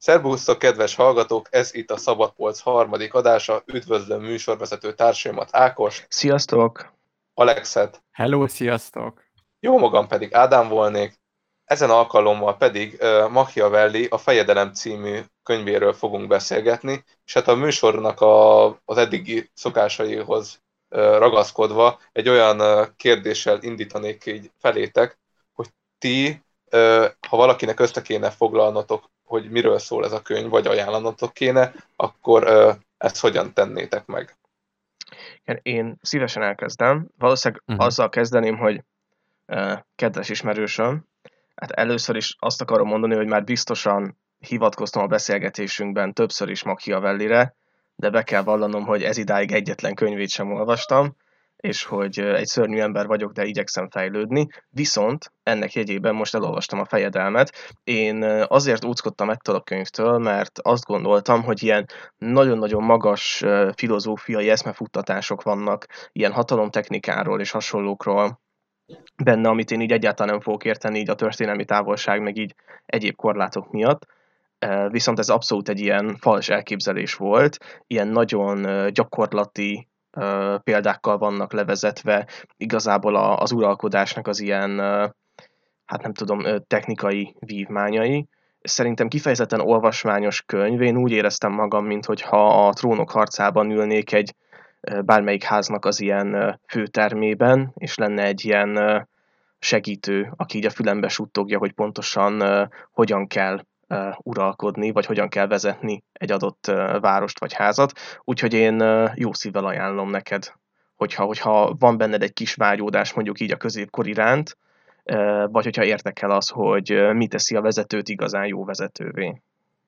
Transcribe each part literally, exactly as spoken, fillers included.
Szerbusztok, kedves hallgatók! Ez itt a Szabadpolc harmadik adása. Üdvözlöm műsorvezető társaimat, Ákos, Sziasztok! Alexet, Hello, sziasztok! jó magam pedig Ádám volnék. Ezen alkalommal pedig uh, Machiavelli a Fejedelem című könyvéről fogunk beszélgetni, és hát a műsornak a, az eddigi szokásaihoz uh, ragaszkodva egy olyan uh, kérdéssel indítanék így felétek, hogy ti, uh, ha valakinek össze kéne foglalnotok, hogy miről szól ez a könyv, vagy ajánlanotok kéne, akkor uh, ezt hogyan tennétek meg? Én szívesen elkezdem. Valószínűleg uh-huh. azzal kezdeném, hogy uh, kedves ismerősöm, hát először is azt akarom mondani, hogy már biztosan hivatkoztam a beszélgetésünkben többször is Machiavellire, de be kell vallanom, hogy ez idáig egyetlen könyvét sem olvastam, és hogy egy szörnyű ember vagyok, de igyekszem fejlődni. Viszont ennek jegyében most elolvastam a Fejedelmet. Én azért óckodtam ettől a könyvtől, mert azt gondoltam, hogy ilyen nagyon-nagyon magas filozófiai eszmefuttatások vannak, ilyen hatalomtechnikáról és hasonlókról benne, amit én így egyáltalán nem fogok érteni, így a történelmi távolság, meg így egyéb korlátok miatt. Viszont ez abszolút egy ilyen fals elképzelés volt, ilyen nagyon gyakorlati példákkal vannak levezetve, igazából az uralkodásnak az ilyen, hát nem tudom, technikai vívmányai. Szerintem kifejezetten olvasmányos könyv, én úgy éreztem magam, minthogyha a Trónok harcában ülnék egy bármelyik háznak az ilyen főtermében, és lenne egy ilyen segítő, aki így a fülembe suttogja, hogy pontosan hogyan kell uralkodni, vagy hogyan kell vezetni egy adott várost vagy házat. Úgyhogy én jó szívvel ajánlom neked, hogyha, hogyha van benned egy kis vágyódás mondjuk így a középkor iránt, vagy hogyha érdekel az, hogy mi teszi a vezetőt igazán jó vezetővé.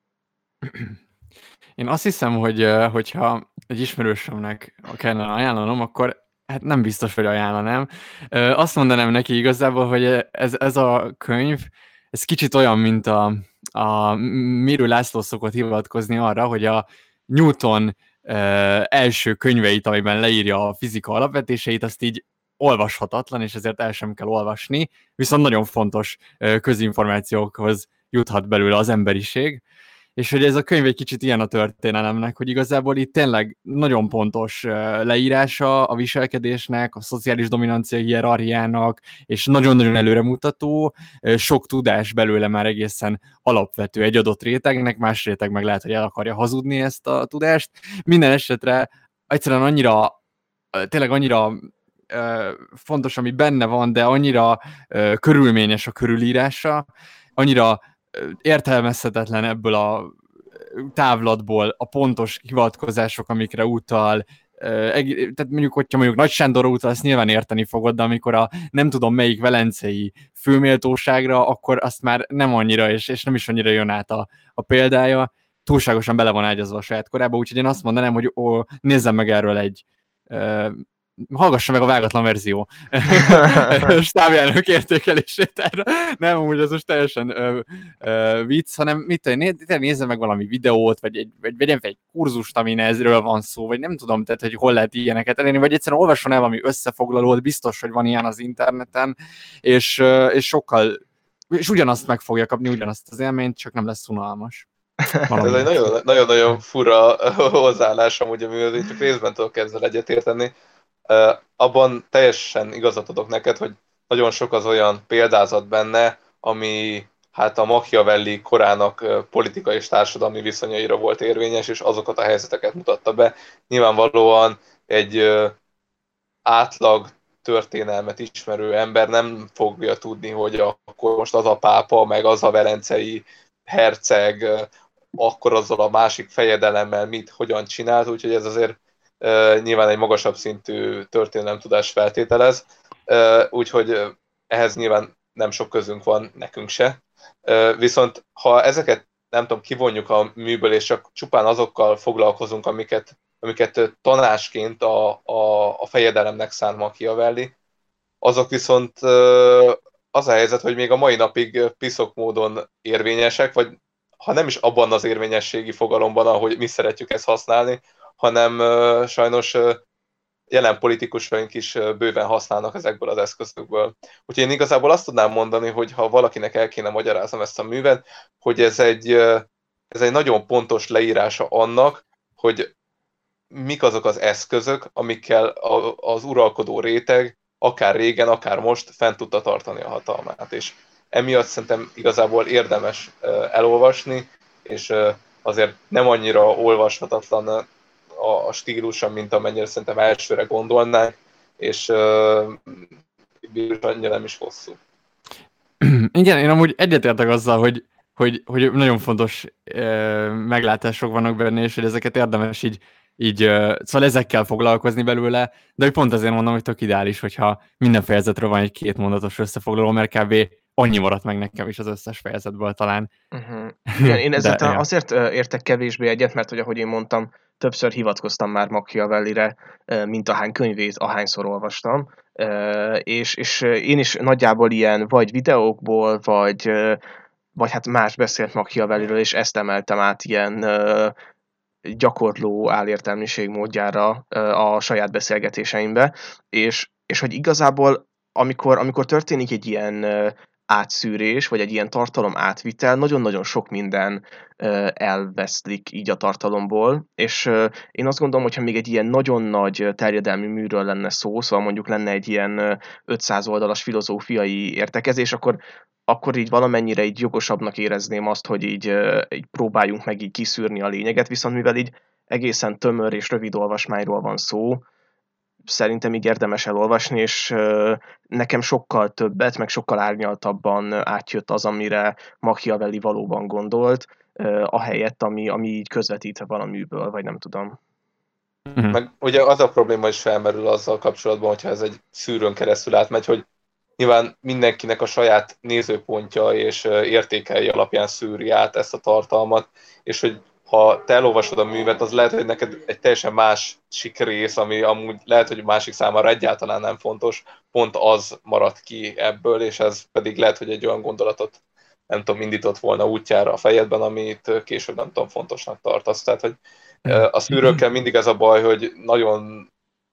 Én azt hiszem, hogy hogyha egy ismerősömnek kellene ajánlanom, akkor hát nem biztos, hogy ajánlanám. Azt mondanám neki igazából, hogy ez, ez a könyv, ez kicsit olyan, mint a, a Mérő László szokott hivatkozni arra, hogy a Newton első könyveit, amiben leírja a fizika alapvetéseit, azt így olvashatatlan, és ezért el sem kell olvasni, viszont nagyon fontos közinformációkhoz juthat belőle az emberiség. És hogy ez a könyv egy kicsit ilyen a történelemnek, hogy igazából itt tényleg nagyon pontos leírása a viselkedésnek, a szociális dominancia hierarchiának, és nagyon-nagyon előremutató, sok tudás belőle már egészen alapvető egy adott rétegnek, más réteg meg lehet, hogy el akarja hazudni ezt a tudást. Minden esetre egyszerűen annyira, tényleg annyira fontos, ami benne van, de annyira körülményes a körülírása, annyira értelmezhetetlen ebből a távlatból a pontos hivatkozások, amikre utal. Tehát mondjuk, hogyha mondjuk Nagy Sándorra utal, azt nyilván érteni fogod, de amikor a nem tudom melyik velencei főméltóságra, akkor azt már nem annyira, és, és nem is annyira jön át a, a példája. Túlságosan bele van ágyazva a saját korába, úgyhogy én azt mondanám, hogy ó, nézzem meg erről egy hallgassa meg a vágatlan verzió stábjának értékelését erre. Nem, amúgy ez most teljesen ö, ö, vicc, hanem mit tenni, nézze meg valami videót, vagy egy, vagy vegyen fel egy kurzust, amin ezről van szó, vagy nem tudom, tehát, hogy hol lehet ilyeneket elérni, vagy egyszerűen olvasson el valami összefoglalót, biztos, hogy van ilyen az interneten, és, és sokkal, és ugyanazt meg fogja kapni, ugyanazt az élményt, csak nem lesz unalmas. Ez egy nagyon-nagyon fura hozzáállás amúgy, amivel én csak részben tudok ezzel egyetérteni. Uh, abban teljesen igazat adok neked, hogy nagyon sok az olyan példázat benne, ami hát a Machiavelli korának uh, politikai és társadalmi viszonyaira volt érvényes, és azokat a helyzeteket mutatta be. Nyilvánvalóan egy uh, átlag történelmet ismerő ember nem fogja tudni, hogy akkor most az a pápa, meg az a velencei herceg, uh, akkor azzal a másik fejedelemmel mit, hogyan csinált, úgyhogy ez azért Uh, nyilván egy magasabb szintű történelemtudás feltételez, uh, úgyhogy uh, ehhez nyilván nem sok közünk van, nekünk se. Uh, viszont ha ezeket nem tudom, kivonjuk a műből, és csak csupán azokkal foglalkozunk, amiket, amiket tanácsként a, a, a fejedelemnek szánt Machiavelli, azok viszont uh, az a helyzet, hogy még a mai napig piszok módon érvényesek, vagy ha nem is abban az érvényességi fogalomban, ahogy mi szeretjük ezt használni, hanem uh, sajnos uh, jelen politikusaink is uh, bőven használnak ezekből az eszközökből. Úgyhogy én igazából azt tudnám mondani, hogy ha valakinek el kéne magyaráznom ezt a művet, hogy ez egy uh, ez egy nagyon pontos leírása annak, hogy mik azok az eszközök, amikkel az uralkodó réteg akár régen, akár most fent tudta tartani a hatalmát. És emiatt szerintem igazából érdemes elolvasni, és azért nem annyira olvashatatlan a stílusa, mint amennyire szerintem elsőre gondolnánk, és annyira nem is hosszú. Igen, én amúgy egyetértek azzal, hogy, hogy, hogy nagyon fontos meglátások vannak benne, és hogy ezeket érdemes így így, szóval ezekkel foglalkozni belőle, de hogy pont azért mondom, hogy tök ideális, hogyha minden fejezetről van egy két mondatos összefoglaló, mert kb. Annyi maradt meg nekem is az összes fejezetből talán. Uh-huh. Igen, én ezzel de, azért értek kevésbé egyet, mert hogy ahogy én mondtam, többször hivatkoztam már Machiavellire, mint ahány könyvét, ahányszor olvastam, és, és én is nagyjából ilyen vagy videókból, vagy, vagy hát más beszélt Machiavelliről, és ezt emeltem át ilyen gyakorló álértelmiség módjára a saját beszélgetéseimbe, és, és hogy igazából amikor, amikor történik egy ilyen átszűrés, vagy egy ilyen tartalom átvitel, nagyon-nagyon sok minden elveszlik így a tartalomból, és én azt gondolom, hogyha még egy ilyen nagyon nagy terjedelmű műről lenne szó, szóval mondjuk lenne egy ilyen ötszáz oldalas filozófiai értekezés, akkor akkor így valamennyire így jogosabbnak érezném azt, hogy így, így próbáljunk meg így kiszűrni a lényeget, viszont mivel így egészen tömör és rövid olvasmányról van szó, szerintem így érdemes elolvasni, és nekem sokkal többet, meg sokkal árnyaltabban átjött az, amire Machiavelli valóban gondolt, ahelyett, ami, ami így közvetítve van a műből, vagy nem tudom. Meg ugye az a probléma is felmerül azzal kapcsolatban, hogyha ez egy szűrőn keresztül átmegy, hogy nyilván mindenkinek a saját nézőpontja és értékei alapján szűri át ezt a tartalmat, és hogy ha te elolvasod a művet, az lehet, hogy neked egy teljesen más rész, ami amúgy lehet, hogy a másik számára egyáltalán nem fontos, pont az maradt ki ebből, és ez pedig lehet, hogy egy olyan gondolatot nem tudom, indított volna útjára a fejedben, amit később nem tudom, fontosnak tartasz. Tehát, hogy a szűrőkkel mindig ez a baj, hogy nagyon,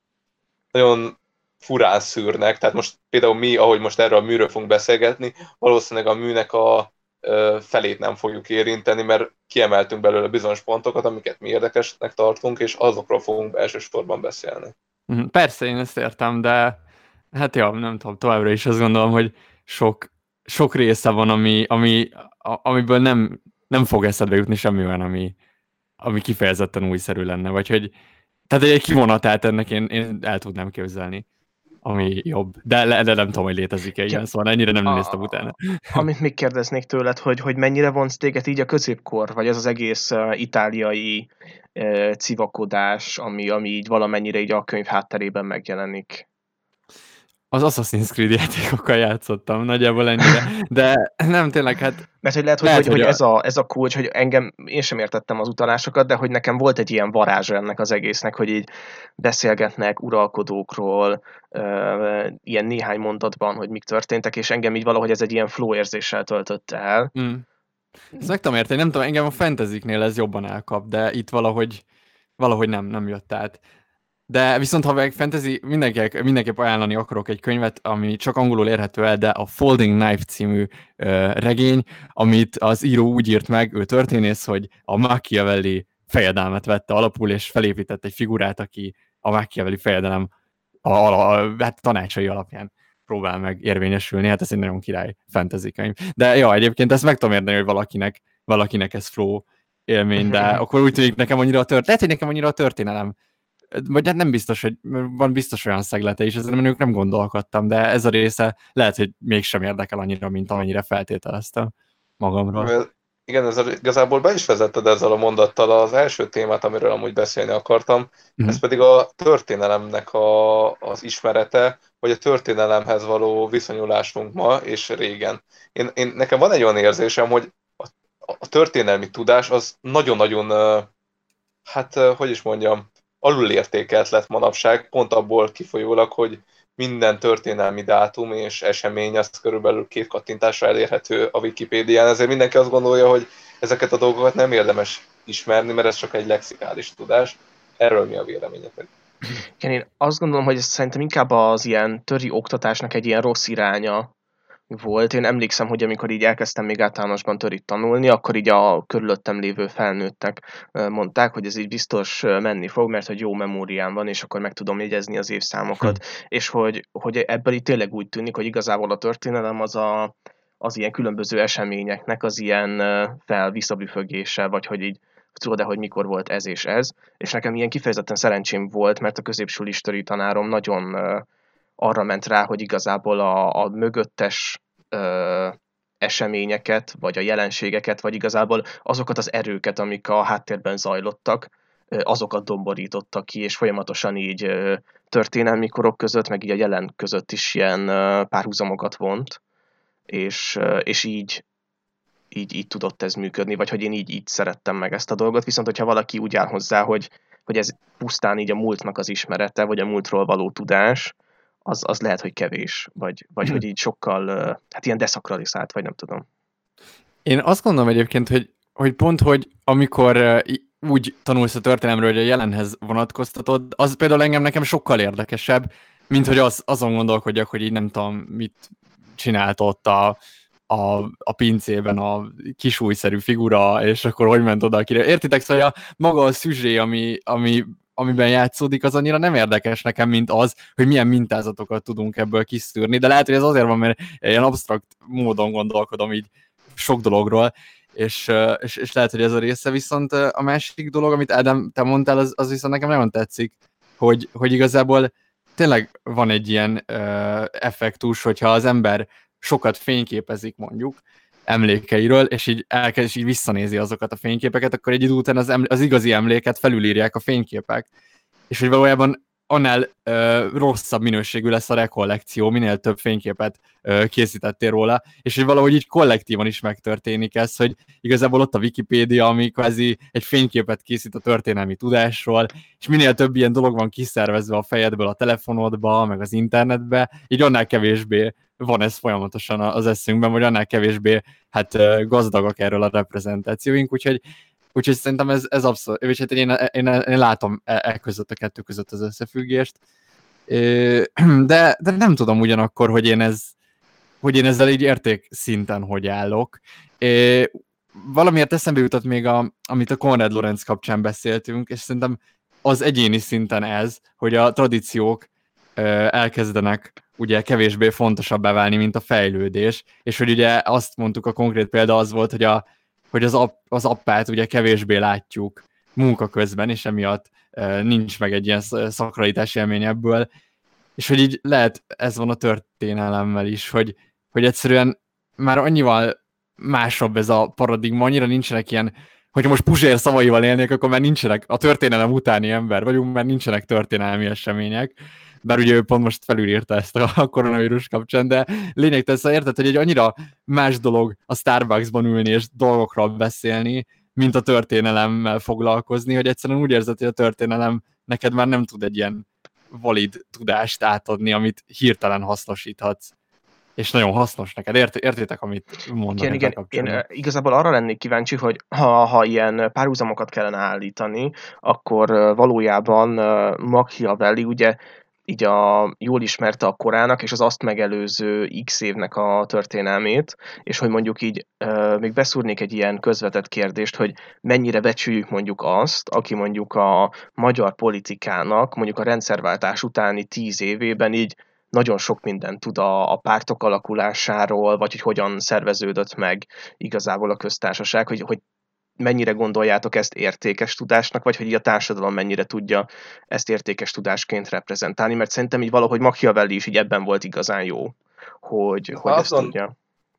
nagyon furán szűrnek, tehát most például mi, ahogy most erről a műről fogunk beszélgetni, valószínűleg a műnek a felét nem fogjuk érinteni, mert kiemeltünk belőle bizonyos pontokat, amiket mi érdekesnek tartunk, és azokról fogunk elsősorban beszélni. Persze, én ezt értem, de hát ja, nem tudom, továbbra is azt gondolom, hogy sok, sok része van, ami, ami, amiből nem, nem fog eszedbe jutni semmi olyan, ami, ami kifejezetten újszerű lenne, vagy hogy tehát egy kivonatát ennek én, én el tudnám képzelni, ami jobb. De, de nem tudom, hogy létezik-e ilyen, szóval ennyire nem a, néztem utána. Amit még kérdeznék tőled, hogy, hogy mennyire vonz téged így a középkor, vagy az az egész uh, itáliai uh, civakodás, ami, ami így valamennyire így a könyv hátterében megjelenik? Az Assassin's Creed játékokkal játszottam, nagyjából ennyire, de nem tényleg, hát... Mert hogy lehet, hogy, lehet, hogy, hogy a... ez, a, ez a kulcs, hogy engem, én sem értettem az utalásokat, de hogy nekem volt egy ilyen varázsa ennek az egésznek, hogy így beszélgetnek uralkodókról, uh, ilyen néhány mondatban, hogy mik történtek, és engem így valahogy ez egy ilyen flow érzéssel töltötte el. Mm. Ezt meg tudom érteni, nem tudom, engem a fantasy-knél ez jobban elkap, de itt valahogy, valahogy nem, nem jött át. De viszont ha meg fantasy, mindenképp, mindenképp ajánlani akarok egy könyvet, ami csak angolul érhető el, de a Folding Knife című uh, regény, amit az író úgy írt meg, ő történész, hogy a Machiavelli fejedelmet vette alapul, és felépített egy figurát, aki a Machiavelli fejedelem a, a, a, hát tanácsai alapján próbál meg érvényesülni. Hát ez egy nagyon király fantasy könyv. De ja, egyébként ezt meg tudom érteni, hogy valakinek, valakinek ez flow élmény, de akkor úgy tűnik nekem annyira a történet, lehet, hogy nekem annyira a történelem, vagy hát nem biztos, hogy van biztos olyan szeglete is, ezen mondjuk nem gondolkodtam, de ez a része lehet, hogy mégsem érdekel annyira, mint amennyire feltételeztem magamról. Igen, ez igazából be is vezetted ezzel a mondattal az első témát, amiről amúgy beszélni akartam, mm-hmm. ez pedig a történelemnek a, az ismerete, vagy a történelemhez való viszonyulásunk ma és régen. Én, én, nekem van egy olyan érzésem, hogy a, a történelmi tudás az nagyon-nagyon, hát hogy is mondjam, alulértékelt lett manapság, pont abból kifolyólag, hogy minden történelmi dátum és esemény az körülbelül két kattintásra elérhető a Wikipédián, ezért mindenki azt gondolja, hogy ezeket a dolgokat nem érdemes ismerni, mert ez csak egy lexikális tudás. Erről mi a véleményetek? Igen, én azt gondolom, hogy ez szerintem inkább az ilyen töri oktatásnak egy ilyen rossz iránya, volt. Én emlékszem, hogy amikor így elkezdtem még általánosban törit tanulni, akkor így a körülöttem lévő felnőttek mondták, hogy ez így biztos menni fog, mert hogy jó memóriám van, és akkor meg tudom jegyezni az évszámokat. Hm. És hogy, hogy ebből így tényleg úgy tűnik, hogy igazából a történelem az a, az ilyen különböző eseményeknek az ilyen fel-visszabüfögése, vagy hogy így tudod-e, hogy mikor volt ez és ez. És nekem ilyen kifejezetten szerencsém volt, mert a középsúli história tanárom nagyon arra ment rá, hogy igazából a, a mögöttes ö, eseményeket, vagy a jelenségeket, vagy igazából azokat az erőket, amik a háttérben zajlottak, ö, azokat domborította ki, és folyamatosan így ö, történelmi korok között, meg így a jelen között is ilyen ö, párhuzamokat vont, és, ö, és így, így, így tudott ez működni, vagy hogy én így, így szerettem meg ezt a dolgot, viszont hogyha valaki úgy áll hozzá, hogy, hogy ez pusztán így a múltnak az ismerete, vagy a múltról való tudás, Az, az lehet, hogy kevés, vagy, vagy hogy így sokkal, hát ilyen deszakralizált, vagy nem tudom. Én azt gondolom egyébként, hogy, hogy pont, hogy amikor úgy tanulsz a történelemről, hogy a jelenhez vonatkoztatod, az például engem nekem sokkal érdekesebb, mint hogy az, azon gondolkodjak, hogy így nem tudom, mit csinált ott a, a, a pincében a kisújszerű figura, és akkor hogy ment oda, akire. Értitek? Szóval a, maga a szüzsé, ami, ami amiben játszódik, az annyira nem érdekes nekem, mint az, hogy milyen mintázatokat tudunk ebből kiszűrni, de lehet, hogy ez azért van, mert ilyen absztrakt módon gondolkodom így sok dologról, és, és, és lehet, hogy ez a része, viszont a másik dolog, amit Ádám, te mondtál, az, az viszont nekem nagyon tetszik, hogy, hogy igazából tényleg van egy ilyen uh, effektus, hogyha az ember sokat fényképezik mondjuk, emlékeiről, és így elkezd, és így visszanézi azokat a fényképeket, akkor egy idő után az, eml- az igazi emléket felülírják a fényképek. És hogy valójában annál ö, rosszabb minőségű lesz a rekollekció, minél több fényképet ö, készítettél róla, és hogy valahogy így kollektívan is megtörténik ez, hogy igazából ott a Wikipédia, ami kvázi egy fényképet készít a történelmi tudásról, és minél több ilyen dolog van kiszervezve a fejedből a telefonodba, meg az internetbe, így annál kevésbé van ez folyamatosan az eszünkben, vagy annál kevésbé hát gazdagak erről a reprezentációink, úgyhogy, úgyhogy szerintem ez, ez abszolút, és hát én, én, én látom e, e között, a kettő között az összefüggést, de, de nem tudom ugyanakkor, hogy én, ez, hogy én ezzel így értékszinten hogy állok. Valamiért eszembe jutott még, a, amit a Konrad Lorenz kapcsán beszéltünk, és szerintem az egyéni szinten ez, hogy a tradíciók elkezdenek ugye kevésbé fontosabbá válni, mint a fejlődés, és hogy ugye azt mondtuk, a konkrét példa az volt, hogy, a, hogy az, app, az appát ugye kevésbé látjuk munka közben, és emiatt e, nincs meg egy ilyen szakralitási élmény ebből, és hogy így lehet, ez van a történelemmel is, hogy, hogy egyszerűen már annyival másabb ez a paradigma, annyira nincsenek ilyen, hogyha most Puzsér szavaival élnék, akkor már nincsenek, a történelem utáni ember vagyunk, mert nincsenek történelmi események, bár ugye ő pont most felülírta ezt a koronavírus kapcsán, de lényegtelen, szóval érted, hogy egy annyira más dolog a Starbucksban ülni és dolgokról beszélni, mint a történelemmel foglalkozni, hogy egyszerűen úgy érzed, hogy a történelem neked már nem tud egy ilyen valid tudást átadni, amit hirtelen hasznosíthatsz. És nagyon hasznos neked. Ért, értétek, amit mondok? Igen, igen. Én igazából arra lennék kíváncsi, hogy ha, ha ilyen párhuzamokat kellene állítani, akkor valójában Machiavelli ugye így a, jól ismerte a korának és az azt megelőző X évnek a történelmét, és hogy mondjuk így euh, még beszúrnék egy ilyen közvetett kérdést, hogy mennyire becsüljük mondjuk azt, aki mondjuk a magyar politikának mondjuk a rendszerváltás utáni tíz évében így nagyon sok mindent tud a, a pártok alakulásáról, vagy hogy hogyan szerveződött meg igazából a köztársaság, hogy, hogy mennyire gondoljátok ezt értékes tudásnak, vagy hogy a társadalom mennyire tudja ezt értékes tudásként reprezentálni, mert szerintem így valahogy Machiavelli is így ebben volt igazán jó, hogy, hogy ezt gond... tudja.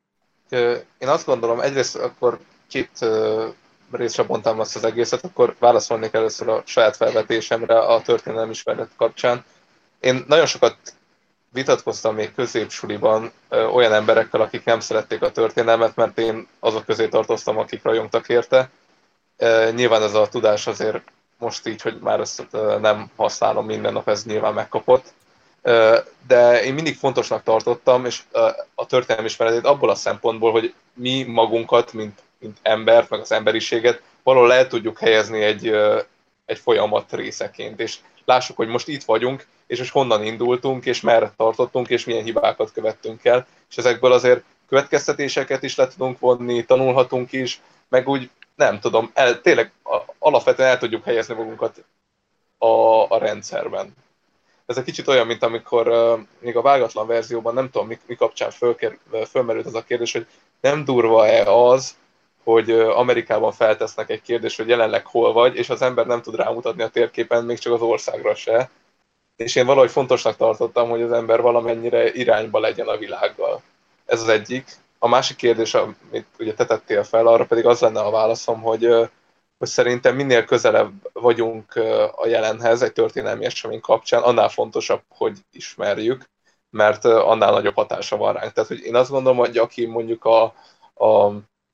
Én azt gondolom, egyrészt akkor két részre bontám azt az egészet, akkor válaszolnék először a saját felvetésemre a történelmi ismeret kapcsán. Én nagyon sokat vitatkoztam még középsuliban ö, olyan emberekkel, akik nem szerették a történelmet, mert én azok közé tartoztam, akik rajongtak érte. E, nyilván ez a tudás azért most így, hogy már ezt ö, nem használom minden nap, ez nyilván megkapott. E, de én mindig fontosnak tartottam, és ö, a történelmi ismeretét abból a szempontból, hogy mi magunkat, mint, mint embert, meg az emberiséget valahol el tudjuk helyezni egy, ö, egy folyamat részeként. És lássuk, hogy most itt vagyunk, és most honnan indultunk, és merre tartottunk, és milyen hibákat követtünk el. És ezekből azért következtetéseket is le tudunk vonni, tanulhatunk is, meg úgy, nem tudom, el, tényleg alapvetően el tudjuk helyezni magunkat a, a rendszerben. Ez egy kicsit olyan, mint amikor uh, még a vágatlan verzióban, nem tudom, mi, mi kapcsán fölker, fölmerült az a kérdés, hogy nem durva-e az, hogy uh, Amerikában feltesznek egy kérdést, hogy jelenleg hol vagy, és az ember nem tud rámutatni a térképen, még csak az országra se. És én valahogy fontosnak tartottam, hogy az ember valamennyire irányba legyen a világgal. Ez az egyik. A másik kérdés, amit ugye te tettél fel, arra pedig az lenne a válaszom, hogy, uh, hogy szerintem minél közelebb vagyunk a jelenhez egy történelmi esemény kapcsán, annál fontosabb, hogy ismerjük, mert annál nagyobb hatása van ránk. Tehát, hogy én azt gondolom, hogy aki mondjuk a, a,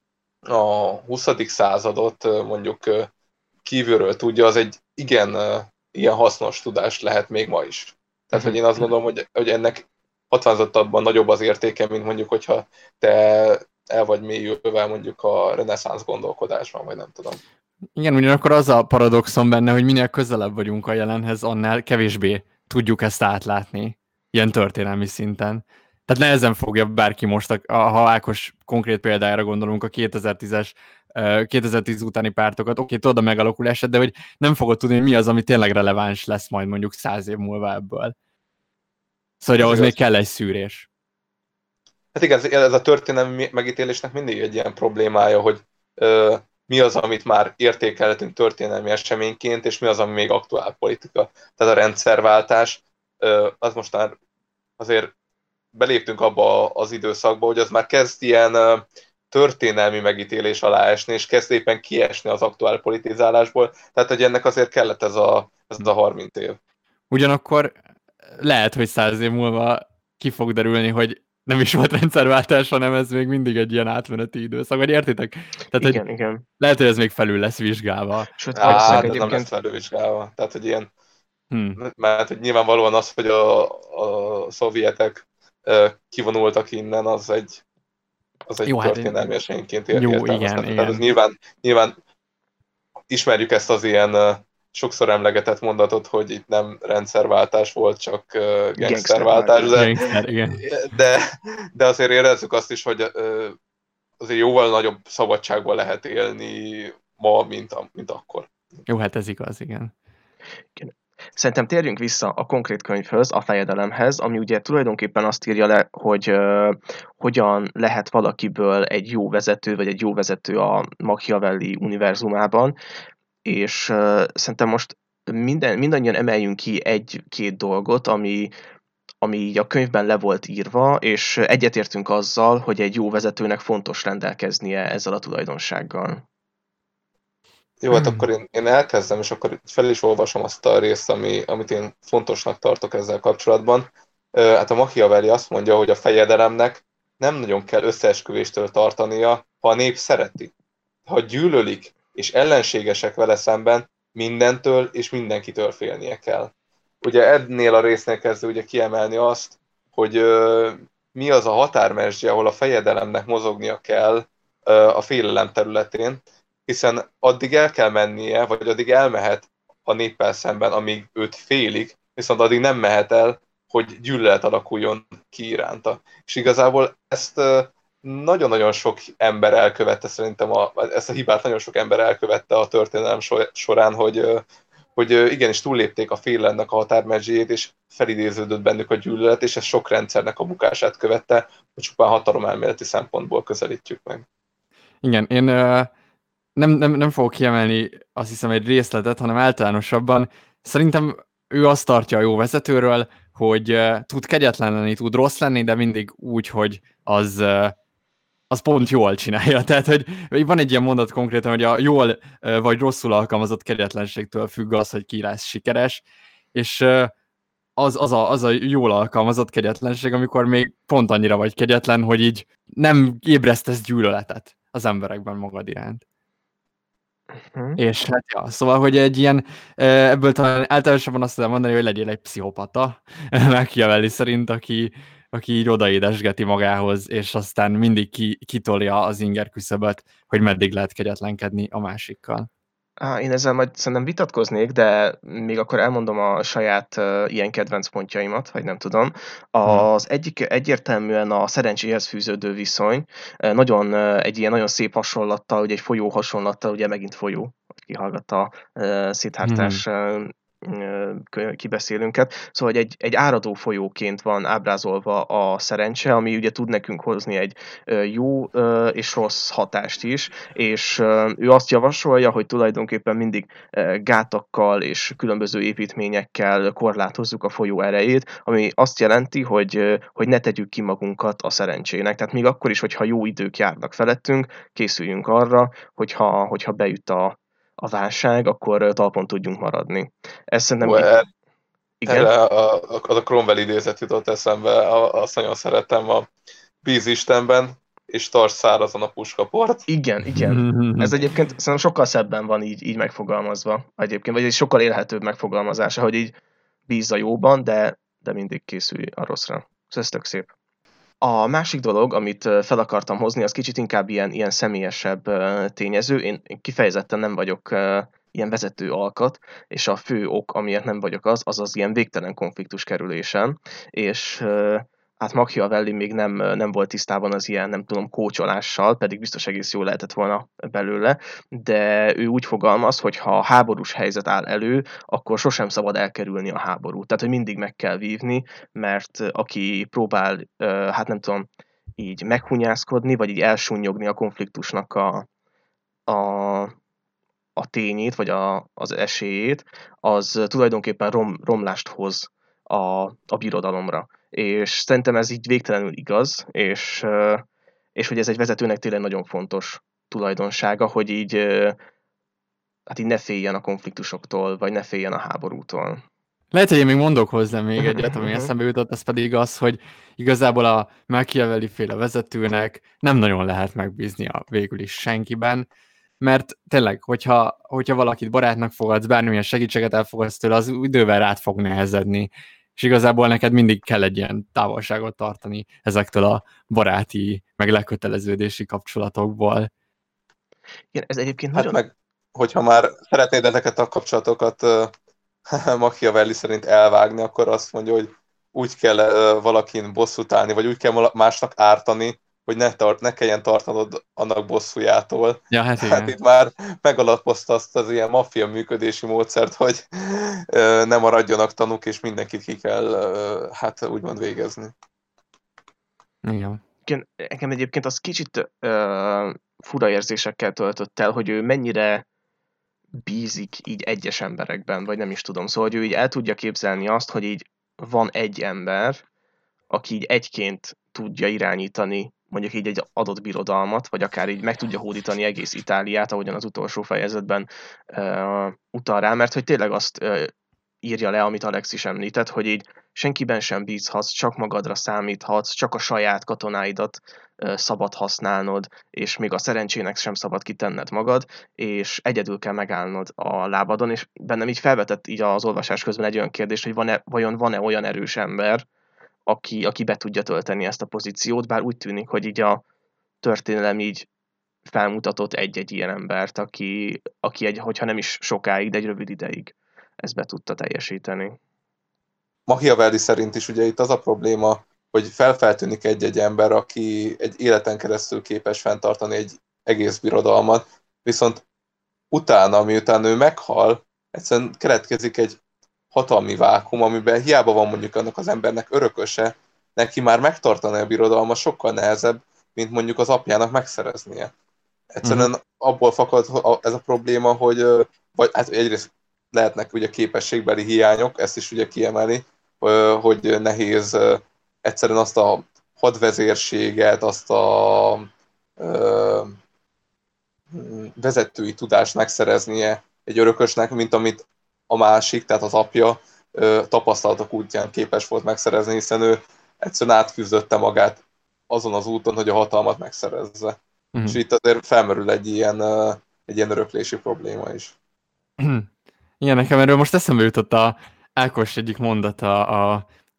a huszadik századot mondjuk kívülről tudja, az egy igen ilyen hasznos tudás lehet még ma is. Tehát, hogy én azt gondolom, hogy, hogy ennek hatványozottabban nagyobb az értéke, mint mondjuk, hogyha te el vagy mélyülve mondjuk a reneszánsz gondolkodásban, vagy nem tudom. Igen, ugyanakkor az a paradoxon benne, hogy minél közelebb vagyunk a jelenhez, annál kevésbé tudjuk ezt átlátni, ilyen történelmi szinten. Tehát nehezen fogja bárki most, a, ha Ákos konkrét példájára gondolunk, a kétezer-tízes, kétezer-tíz utáni pártokat, oké, tudod a megalakulását, de hogy nem fogod tudni, hogy mi az, ami tényleg releváns lesz majd mondjuk száz év múlva ebből. Szóval ahhoz még kell egy szűrés. Hát igen, ez a történelmi megítélésnek mindig egy ilyen problémája, hogy ö, mi az, amit már értékelhetünk történelmi eseményként, és mi az, ami még aktuál politika. Tehát a rendszerváltás, ö, az most már azért beléptünk abba az időszakba, hogy az már kezd ilyen ö, történelmi megítélés alá esni, és kezd éppen kiesni az aktuál politizálásból. Tehát, hogy ennek azért kellett ez a, ez a harminc év. Ugyanakkor lehet, hogy száz év múlva ki fog derülni, hogy nem is volt rendszerváltás, hanem ez még mindig egy ilyen átmeneti időszak, vagy értitek? Tehát, igen, hogy igen. Lehet, hogy ez még felül lesz vizsgálva. Sőt, Á, hát egyébként... nem lesz felülvizsgálva. Tehát, hogy ilyen, hmm. mert hogy nyilvánvalóan az, hogy a, a szovjetek uh, kivonultak innen, az egy, az egy jó, történelmi hát, eseményként ér, jó, igen, igen. Tehát az nyilván, nyilván ismerjük ezt az ilyen uh, sokszor emlegetett mondatot, hogy itt nem rendszerváltás volt, csak uh, gangsterváltás, de, Gangster, igen. de, de azért érezzük azt is, hogy uh, azért jóval nagyobb szabadságban lehet élni ma, mint, a, mint akkor. Jó, hát ez igaz, igen. Szerintem térjünk vissza a konkrét könyvhöz, a fejedelemhez, ami ugye tulajdonképpen azt írja le, hogy uh, hogyan lehet valakiből egy jó vezető, vagy egy jó vezető a Machiavelli univerzumában, és uh, szerintem most minden, mindannyian emeljünk ki egy-két dolgot, ami, ami így a könyvben le volt írva, és egyetértünk azzal, hogy egy jó vezetőnek fontos rendelkeznie ezzel a tulajdonsággal. Jó, hát akkor én, én elkezdem, és akkor fel is olvasom azt a részt, ami, amit én fontosnak tartok ezzel kapcsolatban. Hát a Machiavelli azt mondja, hogy a fejedelemnek nem nagyon kell összeesküvéstől tartania, ha a nép szereti. Ha gyűlölik és ellenségesek vele szemben, mindentől és mindenkitől félnie kell. Ugye ennél a résznél kezdő ugye kiemelni azt, hogy ö, mi az a határmesdje, ahol a fejedelemnek mozognia kell ö, a félelem területén, hiszen addig el kell mennie, vagy addig elmehet a néppel szemben, amíg őt félik, viszont addig nem mehet el, hogy gyűlölet alakuljon ki iránta. És igazából ezt nagyon-nagyon sok ember elkövette, szerintem a, ezt a hibát nagyon sok ember elkövette a történelem során, hogy, hogy igenis túllépték a félelemnek a határmedzséjét, és felidéződött bennük a gyűlölet, és ez sok rendszernek a bukását követte, hogy csupán hatalomelméleti szempontból közelítjük meg. Igen, én... Uh... Nem, nem, nem fogok kiemelni azt hiszem egy részletet, hanem általánosabban. Szerintem ő azt tartja a jó vezetőről, hogy uh, tud kegyetlen lenni, tud rossz lenni, de mindig úgy, hogy az, uh, az pont jól csinálja. Tehát, hogy van egy ilyen mondat konkrétan, hogy a jól uh, vagy rosszul alkalmazott kegyetlenségtől függ az, hogy ki lesz sikeres, és uh, az, az, a, az a jól alkalmazott kegyetlenség, amikor még pont annyira vagy kegyetlen, hogy így nem ébresztesz gyűlöletet az emberekben magad iránt. Uh-huh. És hát ja, szóval, hogy egy ilyen, ebből talán általában azt tudom mondani, hogy legyél egy pszichopata, Machiavelli szerint, aki, aki így odaédesgeti magához, és aztán mindig ki, kitolja az inger küszöböt, hogy meddig lehet kegyetlenkedni a másikkal. Á, én ezzel majd szerintem vitatkoznék, de még akkor elmondom a saját uh, ilyen kedvenc pontjaimat, vagy nem tudom. Az egyik egyértelműen a szerencséhez fűződő viszony, uh, nagyon uh, egy ilyen nagyon szép hasonlattal, ugye egy folyó hasonlattal, ugye megint folyó, kihallgatta a uh, Szithártás uh, kibeszélünket. Szóval egy, egy áradó folyóként van ábrázolva a szerencse, ami ugye tud nekünk hozni egy jó és rossz hatást is, és ő azt javasolja, hogy tulajdonképpen mindig gátakkal és különböző építményekkel korlátozzuk a folyó erejét, ami azt jelenti, hogy, hogy ne tegyük ki magunkat a szerencsének. Tehát még akkor is, hogyha jó idők járnak felettünk, készüljünk arra, hogyha, hogyha beüt a, a válság, akkor talpon tudjunk maradni. Ez szerintem... Well, igen? Erre a, a, az a Cromwell idézet jutott eszembe, azt nagyon szeretem, a bíz Istenben, és tarts szárazon a puskaport. Igen, igen. Ez egyébként szerintem sokkal szebben van így, így megfogalmazva egyébként, vagy egy sokkal élhetőbb megfogalmazása, hogy így bízz a jóban, de, de mindig készülj a rosszra. Ez tök szép. A másik dolog, amit fel akartam hozni, az kicsit inkább ilyen, ilyen személyesebb tényező. Én kifejezetten nem vagyok ilyen vezető alkat, és a fő ok, amiért nem vagyok az, az az ilyen végtelen konfliktus kerülésem, és hát Machiavelli még nem, nem volt tisztában az ilyen, nem tudom, kócsolással, pedig biztos egész jól lehetett volna belőle, de ő úgy fogalmaz, hogy ha háborús helyzet áll elő, akkor sosem szabad elkerülni a háborút. Tehát, hogy mindig meg kell vívni, mert aki próbál, hát nem tudom, így meghunyászkodni, vagy így elsúnyogni a konfliktusnak a, a, a tényét, vagy a, az esélyét, az tulajdonképpen rom, romlást hoz a, a birodalomra. És szerintem ez így végtelenül igaz, és, és hogy ez egy vezetőnek tényleg nagyon fontos tulajdonsága, hogy így, hát így ne féljen a konfliktusoktól, vagy ne féljen a háborútól. Lehet, hogy én még mondok hozzá még egyet, ami eszembe jutott, ez pedig az, hogy igazából a Machiavelli féle vezetőnek nem nagyon lehet megbízni a végül is senkiben, mert tényleg, hogyha, hogyha valakit barátnak fogadsz, bármilyen segítséget elfogadsz tőle, az idővel rád fog nehezedni, és igazából neked mindig kell egy ilyen távolságot tartani ezektől a baráti, meg leköteleződési kapcsolatokból. Igen, ez egyébként hát nagyon... meg, hogyha már szeretnéd ezeket a kapcsolatokat uh, Machiavelli szerint elvágni, akkor azt mondja, hogy úgy kell uh, valakin bosszút állni, vagy úgy kell másnak ártani, hogy ne, tart, ne kelljen tartanod annak bosszújától. Ja, hát igen. Hát itt már megalapozta azt az ilyen maffia működési módszert, hogy uh, ne maradjanak tanúk, és mindenkit ki kell uh, hát úgymond végezni. Igen. Igen, nekem egyébként az kicsit uh, fura érzésekkel töltött el, hogy ő mennyire bízik így egyes emberekben, vagy nem is tudom. Szóval, hogy ő így el tudja képzelni azt, hogy így van egy ember, aki így egyként tudja irányítani mondjuk így egy adott birodalmat, vagy akár így meg tudja hódítani egész Itáliát, ahogyan az utolsó fejezetben uh, utal rá, mert hogy tényleg azt uh, írja le, amit Alex is említett, hogy így senkiben sem bízhatsz, csak magadra számíthatsz, csak a saját katonáidat uh, szabad használnod, és még a szerencsének sem szabad kitenned magad, és egyedül kell megállnod a lábadon, és bennem így felvetett így az olvasás közben egy olyan kérdés, hogy van-e, vajon van-e olyan erős ember, aki, aki be tudja tölteni ezt a pozíciót, bár úgy tűnik, hogy így a történelem így felmutatott egy-egy ilyen embert, aki, aki egy, hogyha nem is sokáig, de egy rövid ideig ezt be tudta teljesíteni. Machiavelli szerint is ugye itt az a probléma, hogy felfeltűnik egy-egy ember, aki egy életen keresztül képes fenntartani egy egész birodalmat, viszont utána, miután ő meghal, egyszerűen keletkezik egy hatalmi vákum, amiben hiába van mondjuk annak az embernek örököse, neki már megtartani a birodalma sokkal nehezebb, mint mondjuk az apjának megszereznie. Egyszerűen mm-hmm. abból fakad ez a probléma, hogy vagy, hát egyrészt lehetnek ugye képességbeli hiányok, ezt is ugye kiemeli, hogy nehéz egyszerűen azt a hadvezérséget, azt a ö, vezetői tudást megszereznie egy örökösnek, mint amit a másik, tehát az apja ö, tapasztalatok útján képes volt megszerezni, hiszen ő egyszerűen átküzdötte magát azon az úton, hogy a hatalmat megszerezze. Mm. És itt azért felmerül egy ilyen, ö, egy ilyen öröklési probléma is. Igen, nekem erről most eszembe jutott a Ákos egyik mondata a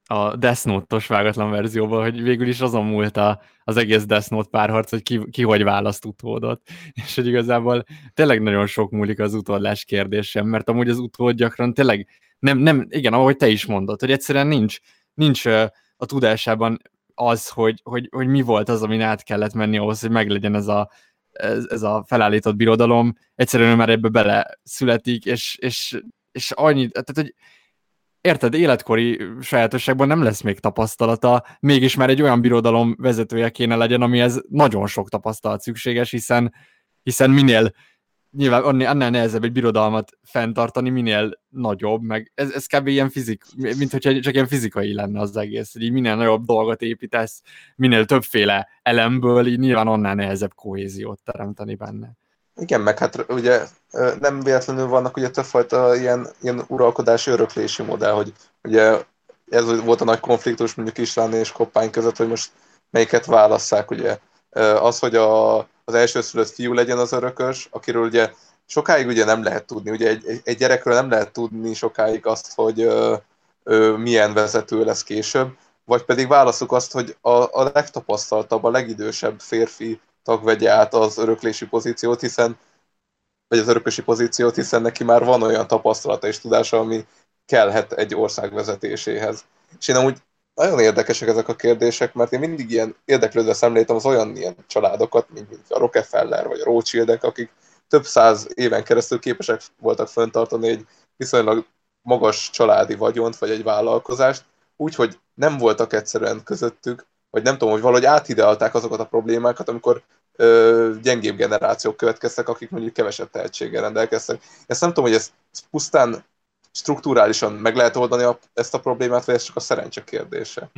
a Death Note-os vágatlan verzióban, hogy végül is azon múlt a, az egész Death Note párharc, hogy ki, ki hogy választ utódot. És hogy igazából tényleg nagyon sok múlik az utódlás kérdésem, mert amúgy az utód gyakran tényleg nem, nem, igen, ahogy te is mondod, hogy egyszerűen nincs, nincs a tudásában az, hogy, hogy, hogy mi volt az, amin át kellett menni ahhoz, hogy meglegyen ez a, ez, ez a felállított birodalom. Egyszerűen már ebbe bele születik, és, és, és annyi, tehát hogy érted, életkori sajátosságban nem lesz még tapasztalata, mégis már egy olyan birodalom vezetője kéne legyen, amihez nagyon sok tapasztalat szükséges, hiszen, hiszen minél nyilván annál nehezebb egy birodalmat fenntartani, minél nagyobb, meg ez, ez kb. Ilyen fizik, mint hogyha csak ilyen fizikai lenne az egész, hogy így minél nagyobb dolgot építesz, minél többféle elemből, így nyilván annál nehezebb kohéziót teremteni benne. Igen, meg hát ugye nem véletlenül vannak ugye többfajta ilyen, ilyen uralkodási öröklési modell, hogy ugye ez volt a nagy konfliktus mondjuk István és Koppány között, hogy most melyiket válasszák, ugye. Az, hogy a, az elsőszülött fiú legyen az örökös, akiről ugye sokáig ugye nem lehet tudni, ugye egy, egy gyerekről nem lehet tudni sokáig azt, hogy ö, ö, milyen vezető lesz később, vagy pedig válasszuk azt, hogy a, a legtapasztaltabb, a legidősebb férfi tag vegye át az öröklési pozíciót, hiszen vagy az örökösi pozíciót, hiszen neki már van olyan tapasztalata és tudása, ami kellhet egy ország vezetéséhez. És én amúgy nagyon érdekesek ezek a kérdések, mert én mindig ilyen érdeklődve szemléltem az olyan ilyen családokat, mint a Rockefeller vagy a Rothschildek, akik több száz éven keresztül képesek voltak fenntartani egy viszonylag magas családi vagyont, vagy egy vállalkozást, úgyhogy nem voltak egyszerűen közöttük, vagy nem tudom, hogy valahogy átideálták azokat a problémákat, amikor ö, gyengébb generációk következtek, akik mondjuk kevesebb tehetséggel rendelkeztek. Ezt nem tudom, hogy ezt pusztán strukturálisan meg lehet oldani a, ezt a problémát, vagy ez csak a szerencse kérdése?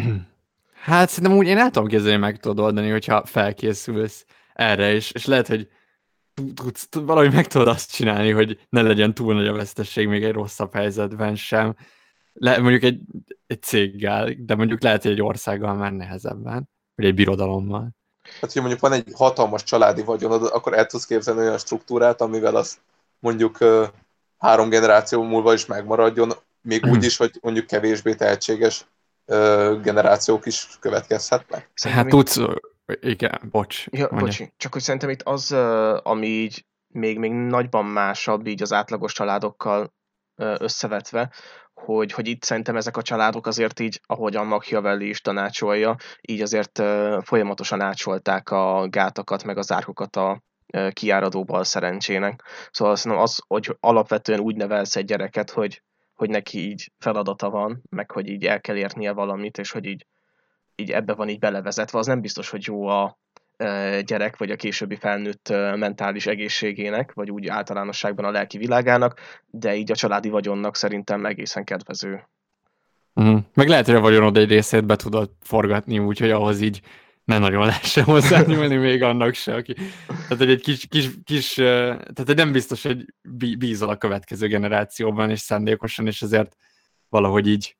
Hát szerintem úgy én el tudom képzelni, meg tudod oldani, hogyha felkészülsz erre, és, és lehet, hogy tudsz, valahogy meg tudod azt csinálni, hogy ne legyen túl nagy a vesztesség még egy rosszabb helyzetben sem. Le, mondjuk egy, egy céggel, de mondjuk lehet, hogy egy országgal már nehezebben, vagy egy birodalommal. Hát, hogyha mondjuk van egy hatalmas családi vagyonod, akkor el tudsz képzelni olyan struktúrát, amivel az mondjuk uh, három generáció múlva is megmaradjon, még úgy is, hogy mondjuk kevésbé tehetséges uh, generációk is következhetnek. Hát tudsz, igen, bocs. Ja, bocsi, csak hogy szerintem itt az, ami így még, még nagyban másabb így az átlagos családokkal összevetve, hogy, hogy itt szerintem ezek a családok azért így, ahogyan Machiavelli is tanácsolja, így azért folyamatosan átsolták a gátakat, meg az árkokat a kiáradó bal szerencsének. Szóval szerintem az, hogy alapvetően úgy nevelsz egy gyereket, hogy, hogy neki így feladata van, meg hogy így el kell érnie valamit, és hogy így, így ebbe van így belevezetve, az nem biztos, hogy jó a gyerek, vagy a későbbi felnőtt mentális egészségének, vagy úgy általánosságban a lelki világának, de így a családi vagyonnak szerintem egészen kedvező. Uh-huh. Meg lehet, hogy a vagyonod egy részét be tudod forgatni úgy, hogy ahhoz így ne nagyon lehessen hozzányúlni még annak se, aki... Tehát, hogy egy kis, kis, kis tehát hogy nem biztos, hogy bízol a következő generációban, és szándékosan, és ezért valahogy így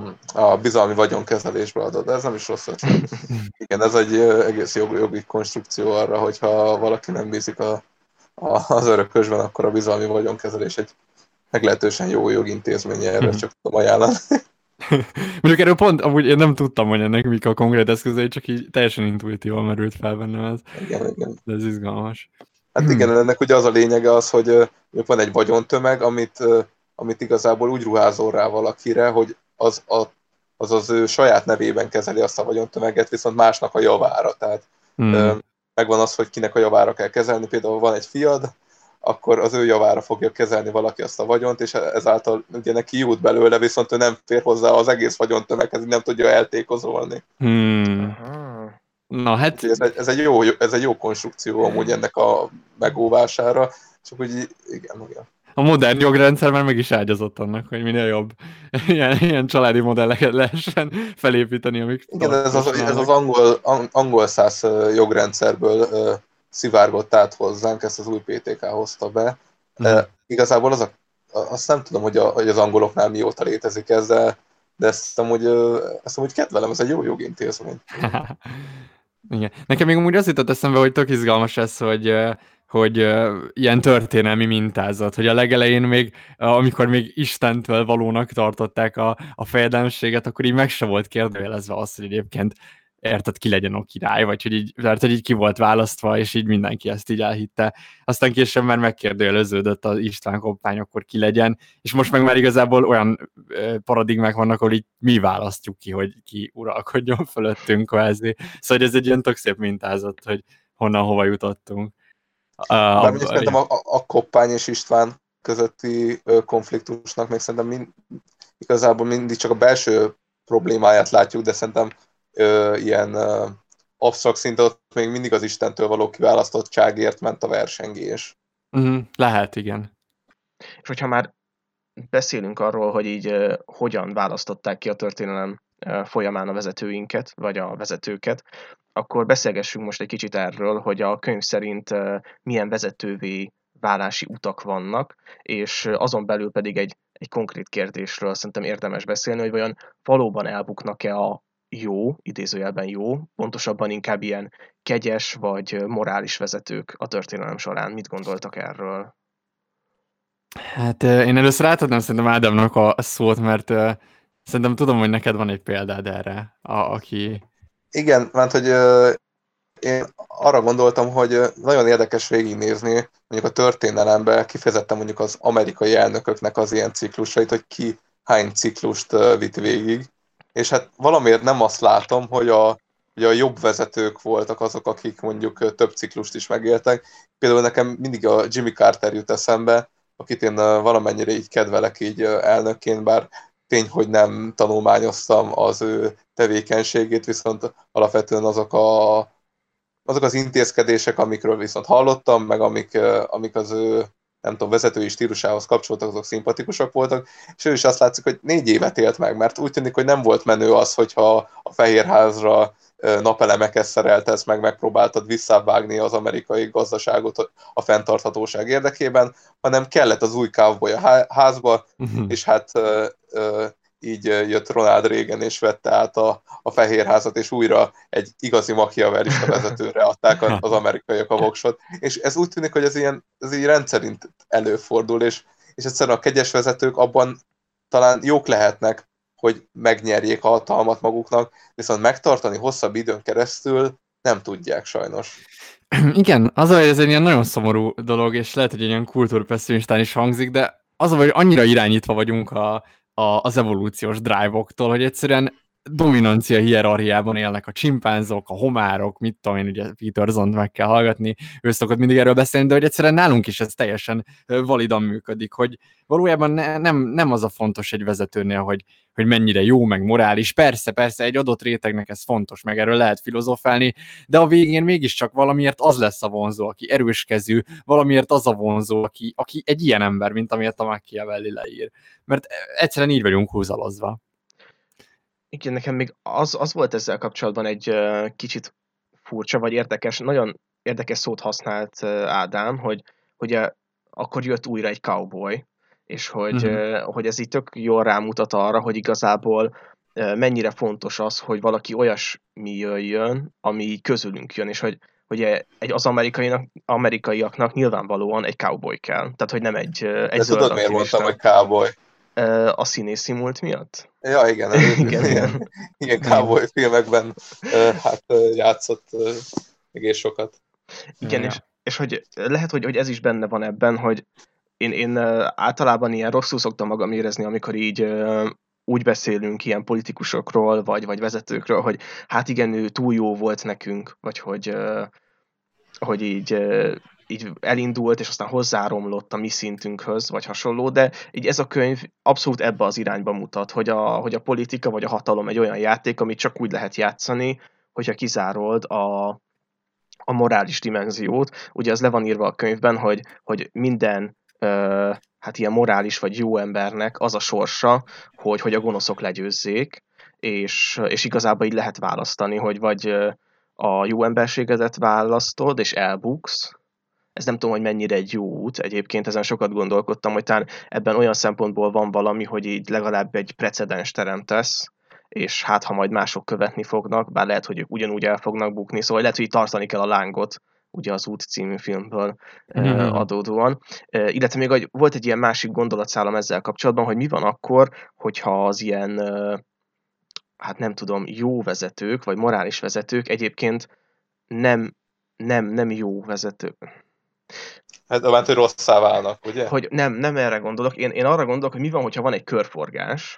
a bizalmi vagyonkezelésbe adod, de ez nem is rossz ötlet. Igen, ez egy egész jogi, jogi konstrukció arra, hogyha valaki nem bízik a, a, az örökösben, akkor a bizalmi vagyonkezelés egy meglehetősen jó jogintézmény, erre csak tudom ajánlani. Mondjuk erről pont, amúgy én nem tudtam, hogy ennek mik a konkrét eszközei, csak így teljesen intuitívan merült fel bennem ez. Igen, igen. De ez izgalmas. Hát igen, ennek ugye az a lényege az, hogy van egy vagyontömeg, amit, amit igazából úgy ruházol rá valakire, hogy az, a, az az ő saját nevében kezeli azt a vagyontömeget, viszont másnak a javára. Tehát hmm. megvan az, hogy kinek a javára kell kezelni. Például van egy fiad, akkor az ő javára fogja kezelni valaki azt a vagyont, és ezáltal ugye neki jut belőle, viszont ő nem fér hozzá az egész vagyontömeghez, nem tudja eltékozolni. Hmm. Na hát... Ez egy, ez, egy jó, ez egy jó konstrukció amúgy ennek a megóvására, csak úgy igen, igen. A modern jogrendszer már meg is ágyazott annak, hogy minél jobb ilyen, ilyen családi modelleket lehessen felépíteni, amik... Igen, ez az, ez az angol, angol száz jogrendszerből uh, szivárgott át hozzánk, ezt az új pé té ká hozta be. Hmm. Uh, igazából az a, azt nem tudom, hogy, a, hogy az angoloknál mióta létezik ez, de, de ezt amúgy, uh, ezt amúgy kedvelem, ez egy jó jogintézmény. Igen. Nekem még amúgy az jutott eszembe, hogy tök izgalmas ez, hogy, hogy ilyen történelmi mintázat, hogy a legelején még, amikor még Istentől valónak tartották a, a fejedelemséget, akkor így meg se volt kérdőjelezve az, hogy egyébként érted, ki legyen a király, vagy hogy így, mert, hogy így ki volt választva, és így mindenki ezt így elhitte. Aztán később már megkérdőjeleződött az István kampány, akkor ki legyen, és most meg már igazából olyan paradigmák vannak, ahol így mi választjuk ki, hogy ki uralkodjon fölöttünk kvázi. Szóval ez egy ilyen tök szép mintázat, hogy honnan hova jutottunk. Bár mondjuk szerintem a, a, a Koppány és István közötti konfliktusnak még szerintem mind, igazából mindig csak a belső problémáját látjuk, de szerintem ö, ilyen ö, absztrakt szinten ott még mindig az Istentől való kiválasztottságért ment a versengés. Uh-huh, lehet, igen. És hogyha már beszélünk arról, hogy így uh, hogyan választották ki a történelem uh, folyamán a vezetőinket, vagy a vezetőket, akkor beszélgessünk most egy kicsit erről, hogy a könyv szerint uh, milyen vezetővé válási utak vannak, és azon belül pedig egy, egy konkrét kérdésről szerintem érdemes beszélni, hogy vajon valóban elbuknak-e a jó, idézőjelben jó, pontosabban inkább ilyen kegyes vagy morális vezetők a történelem során. Mit gondoltak erről? Hát én először átadnám szerintem Ádámnak a szót, mert uh, szerintem tudom, hogy neked van egy példád erre, a, aki... Igen, mert hogy uh, én arra gondoltam, hogy nagyon érdekes végignézni mondjuk a történelemben, kifejezetten mondjuk az amerikai elnököknek az ilyen ciklusait, hogy ki hány ciklust uh, vitt végig. És hát valamiért nem azt látom, hogy a, hogy a jobb vezetők voltak azok, akik mondjuk több ciklust is megéltek. Például nekem mindig a Jimmy Carter jut eszembe, akit én valamennyire így kedvelek így elnökként, bár tény, hogy nem tanulmányoztam az ő tevékenységét, viszont alapvetően azok, a, azok az intézkedések, amikről viszont hallottam, meg amik, amik az ő nem tudom, vezetői stílusához kapcsoltak, azok szimpatikusak voltak, és ő is azt látszik, hogy négy évet élt meg, mert úgy tűnik, hogy nem volt menő az, hogyha a Fehérházra napelemeket szereltesz meg, megpróbáltad visszavágni az amerikai gazdaságot a fenntarthatóság érdekében, hanem kellett az új cowboy a házba, uh-huh. és hát uh, uh, így jött Ronald Reagan, és vette át a, a Fehérházat, és újra egy igazi machiavellista vezetőre adták az amerikaiak a voksot. És ez úgy tűnik, hogy ez, ilyen, ez így rendszerint előfordul, és, és egyszerűen a kegyes vezetők abban talán jók lehetnek, hogy megnyerjék a hatalmat maguknak, viszont megtartani hosszabb időn keresztül nem tudják sajnos. Igen, az a, hogy ez egy ilyen nagyon szomorú dolog, és lehet, hogy egy ilyen kultúrpesszimistán is hangzik, de az a, hogy annyira irányítva vagyunk a, a, az evolúciós drive-októl, hogy egyszerűen dominancia hierarchiában élnek a csimpánzok, a homárok, mit tudom én, ugye Petersont meg kell hallgatni, ő szokott mindig erről beszélni, de hogy egyszerűen nálunk is ez teljesen validan működik, hogy valójában ne, nem, nem az a fontos egy vezetőnél, hogy, hogy mennyire jó, meg morális. Persze, persze, egy adott rétegnek ez fontos, meg erről lehet filozofálni, de a végén mégiscsak valamiért az lesz a vonzó, aki erőskezű, valamiért az a vonzó, aki, aki egy ilyen ember, mint amiért a Machiavelli leír. Mert egyszerűen így vagyunk húzalozva. Igen, nekem még az, az volt ezzel kapcsolatban egy uh, kicsit furcsa, vagy érdekes, nagyon érdekes szót használt uh, Ádám, hogy, hogy uh, akkor jött újra egy cowboy, és hogy, uh-huh. uh, hogy ez így tök jól rámutat arra, hogy igazából uh, mennyire fontos az, hogy valaki olyasmi jöjjön, ami közülünk jön, és hogy, hogy egy az amerikaiak, amerikaiaknak nyilvánvalóan egy cowboy kell, tehát hogy nem egy, uh, egy de zöld tudod, miért mondtam, hogy cowboy? A színészi múlt miatt? Ja, igen. igen, igen. igen, cowboy filmekben hát játszott egész sokat. Igen, ja. és, és hogy lehet, hogy, hogy ez is benne van ebben, hogy én, én általában ilyen rosszul szoktam magam érezni, amikor így úgy beszélünk ilyen politikusokról, vagy, vagy vezetőkről, hogy hát igen, ő túl jó volt nekünk, vagy hogy, hogy így így elindult, és aztán hozzáromlott a mi szintünkhöz, vagy hasonló, de így ez a könyv abszolút ebbe az irányba mutat, hogy a, hogy a politika vagy a hatalom egy olyan játék, amit csak úgy lehet játszani, hogyha kizárold a, a morális dimenziót. Ugye az le van írva a könyvben, hogy, hogy minden ö, hát ilyen morális vagy jó embernek az a sorsa, hogy, hogy a gonoszok legyőzzék, és, és igazából így lehet választani, hogy vagy a jó emberségedet választod, és elbuksz. Ez nem tudom, hogy mennyire egy jó út. Egyébként ezen sokat gondolkodtam, hogy talán ebben olyan szempontból van valami, hogy így legalább egy precedens teremtesz, és hát ha majd mások követni fognak, bár lehet, hogy ők ugyanúgy el fognak bukni, szóval lehet, hogy tartani kell a lángot, ugye az Út című filmből uh, adódóan. Uh, illetve még egy, volt egy ilyen másik gondolatszálam ezzel kapcsolatban, hogy mi van akkor, hogyha az ilyen, uh, hát nem tudom, jó vezetők, vagy morális vezetők egyébként nem, nem, nem jó vezetők. Hát mert, hogy rosszá válnak, ugye? Hogy nem, nem erre gondolok. Én, én arra gondolok, hogy mi van, hogyha van egy körforgás,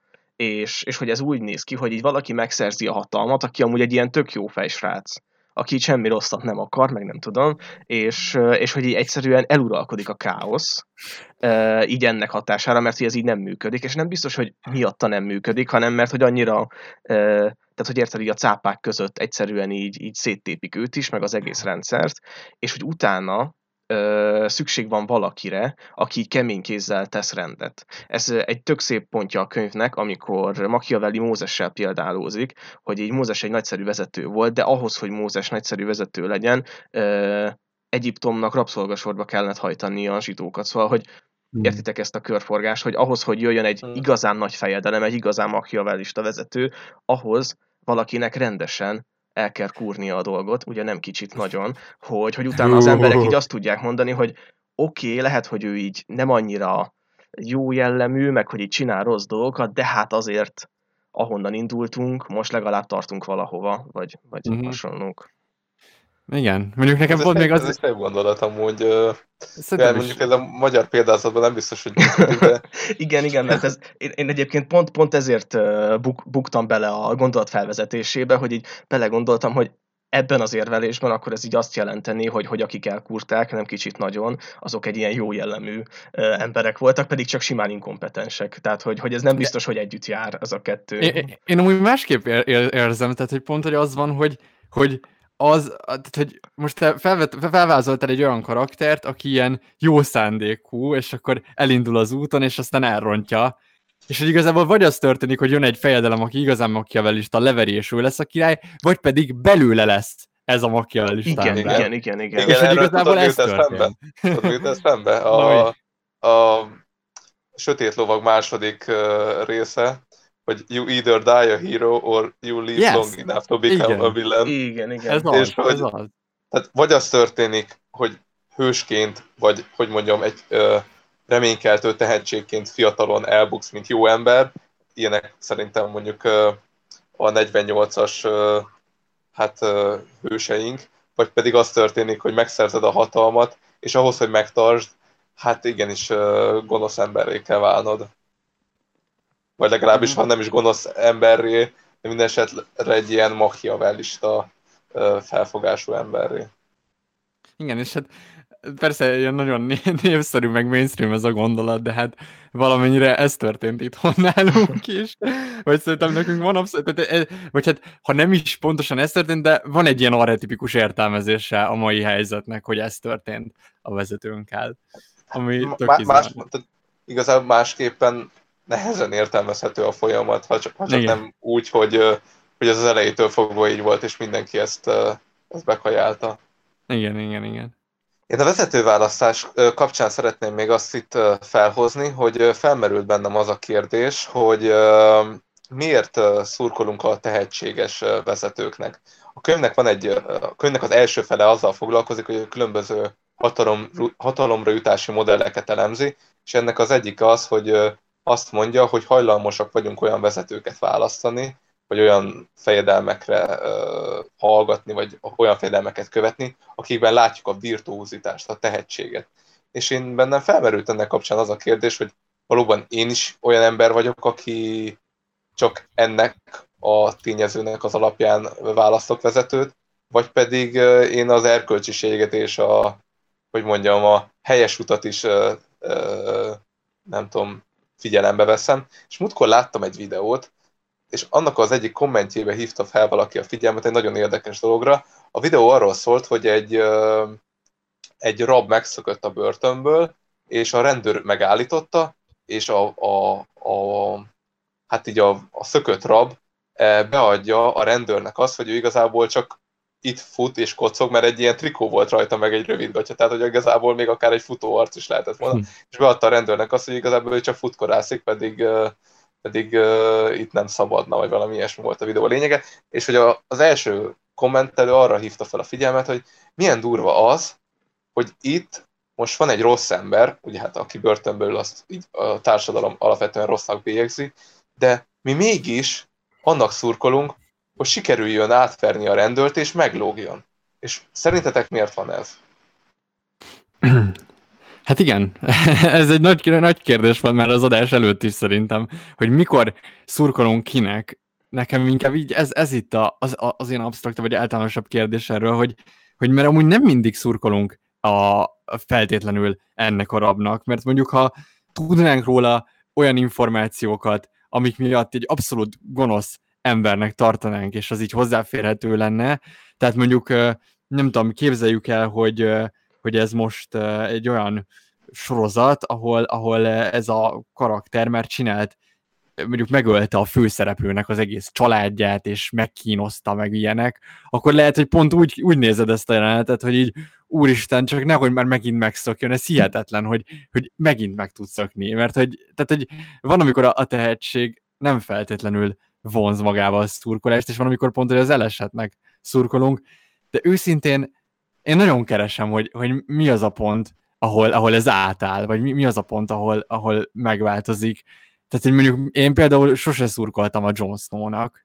és, és hogy ez úgy néz ki, hogy így valaki megszerzi a hatalmat, aki amúgy egy ilyen tök jó fejsrác, aki semmi rosszat nem akar, meg nem tudom, és, és hogy így egyszerűen eluralkodik a káosz, így ennek hatására, mert hogy ez így nem működik, és nem biztos, hogy miatta nem működik, hanem mert hogy annyira, tehát hogy érted, így a cápák között egyszerűen így, így széttépik őt is, meg az egész rendszert, és hogy utána szükség van valakire, aki kemény kézzel tesz rendet. Ez egy tök szép pontja a könyvnek, amikor Machiavelli Mózessel példálózik, hogy így Mózes egy nagyszerű vezető volt, de ahhoz, hogy Mózes nagyszerű vezető legyen, Egyiptomnak rabszolgasorba kellett hajtani a zsidókat. Szóval, hogy értitek ezt a körforgást, hogy ahhoz, hogy jöjjön egy igazán nagy fejedelem, egy igazán machiavellista vezető, ahhoz valakinek rendesen el kell kúrnia a dolgot, ugye nem kicsit nagyon, hogy, hogy utána az emberek így azt tudják mondani, hogy oké, okay, lehet, hogy ő így nem annyira jó jellemű, meg hogy így csinál rossz dolgokat, de hát azért ahonnan indultunk, most legalább tartunk valahova, vagy, vagy uh-huh. hasonlók. Igen, mondjuk nekem ez volt egy, még az... Ez egy szép gondolat amúgy, mert mondjuk ez a magyar példázatban nem biztos, hogy működik, de... igen, igen, mert ez, én, én egyébként pont, pont ezért buk, buktam bele a gondolat felvezetésébe, hogy így belegondoltam, hogy ebben az érvelésben akkor ez így azt jelenteni, hogy, hogy akik elkúrták, nem kicsit nagyon, azok egy ilyen jó jellemű emberek voltak, pedig csak simán inkompetensek. Tehát, hogy, hogy ez nem biztos, hogy együtt jár az a kettő. Én, én amúgy másképp érzem, tehát, hogy pont, hogy az van, hogy, hogy az, tehát, hogy most te felvet, felvázoltál egy olyan karaktert, aki ilyen jó szándékú, és akkor elindul az úton, és aztán elrontja. És hogy igazából vagy az történik, hogy jön egy fejedelem, aki igazán machiavellista, leveri, és ő lesz a király, vagy pedig belőle lesz ez a machiavellista igen, ember. igen, igen, igen. És hogy igazából ez történt. Tudod, ez szembe? A, a Sötét Lovag második uh, része, hogy you either die a hero, or you live yes. long enough to become igen. a villain. Igen, igen. Ez és az, hogy, ez az. Tehát vagy az történik, hogy hősként, vagy hogy mondjam, egy uh, reménykeltő tehetségként fiatalon elbuksz, mint jó ember. Ilyenek szerintem mondjuk uh, a negyvennyolcas uh, hát, uh, hőseink, vagy pedig az történik, hogy megszerzed a hatalmat, és ahhoz, hogy megtartsd, hát igenis uh, gonosz emberré kell válnod. Vagy legalábbis, ha nem is gonosz emberré, de minden esetre egy ilyen machiavellista uh, felfogású emberré. Igen, és hát persze ilyen nagyon népszerű, meg mainstream ez a gondolat, de hát valamennyire ez történt itthon nálunk is. Vagy szerintem nekünk van abszolút, vagy hát ha nem is pontosan ez történt, de van egy ilyen archetipikus értelmezése a mai helyzetnek, hogy ez történt a vezetőnkkel. Ami tök Má, más, igazából másképpen nehezen értelmezhető a folyamat, ha csak, ha csak nem úgy, hogy, hogy ez az elejétől fogva így volt, és mindenki ezt, ezt bekajálta. Igen, igen, igen. Én a vezetőválasztás kapcsán szeretném még azt itt felhozni, hogy felmerült bennem az a kérdés, hogy miért szurkolunk a tehetséges vezetőknek. A könyvnek van egy, a könyvnek az első fele azzal foglalkozik, hogy a különböző hatalom, hatalomra jutási modelleket elemzi, és ennek az egyik az, hogy azt mondja, hogy hajlamosak vagyunk olyan vezetőket választani, vagy olyan fejedelmekre uh, hallgatni, vagy olyan fejedelmeket követni, akikben látjuk a virtuózitást, a tehetséget. És én bennem felmerült ennek kapcsán az a kérdés, hogy valóban én is olyan ember vagyok, aki csak ennek a tényezőnek az alapján választok vezetőt, vagy pedig uh, én az erkölcsiséget és a, hogy mondjam, a helyes utat is uh, uh, nem tudom, figyelembe veszem. És múltkor láttam egy videót, és annak az egyik kommentjébe hívta fel valaki a figyelmet egy nagyon érdekes dologra. A videó arról szólt, hogy egy, egy rab megszökött a börtönből, és a rendőr megállította, és a, a, a, hát így a, a szökött rab beadja a rendőrnek azt, hogy ő igazából csak itt fut és kocog, mert egy ilyen trikó volt rajta, meg egy rövid gatya, tehát hogy igazából még akár egy futóarc is lehetett volna. Hm. És beadta a rendőrnek azt, hogy igazából ő csak futkorászik, pedig pedig uh, itt nem szabadna, vagy valami ilyesmi volt a videó lényege, és hogy a, az első kommentelő arra hívta fel a figyelmet, hogy milyen durva az, hogy itt most van egy rossz ember, ugye hát aki börtönből azt így a társadalom alapvetően rossznak bélyegzi, de mi mégis annak szurkolunk, hogy sikerüljön átverni a rendőrt és meglógjon. És szerintetek miért van ez? Hát igen, ez egy nagy, nagy kérdés van már az adás előtt is szerintem, hogy mikor szurkolunk kinek. Nekem inkább így ez, ez itt a, az, az én absztraktabb vagy általánosabb kérdés erről, hogy, hogy mert amúgy nem mindig szurkolunk a, a feltétlenül ennek a rabnak, mert mondjuk ha tudnánk róla olyan információkat, amik miatt egy abszolút gonosz embernek tartanánk, és az így hozzáférhető lenne, tehát mondjuk nem tudom, képzeljük el, hogy hogy ez most uh, egy olyan sorozat, ahol, ahol ez a karakter már csinált, mondjuk megölte a főszereplőnek az egész családját, és megkínozta, meg ilyenek, akkor lehet, hogy pont úgy, úgy nézed ezt a jelenetet, hogy így úristen, csak nehogy már megint megszökjön, ez hihetetlen, hogy, hogy megint meg tud szökni, mert hogy, tehát, hogy van, amikor a, a tehetség nem feltétlenül vonz magával a szurkolást, és van, amikor pont, hogy az elesetnek szurkolunk, de őszintén én nagyon keresem, hogy, hogy mi az a pont, ahol, ahol ez átáll, vagy mi, mi az a pont, ahol, ahol megváltozik. Tehát, hogy mondjuk én például sose szurkoltam a Jon Snow-nak,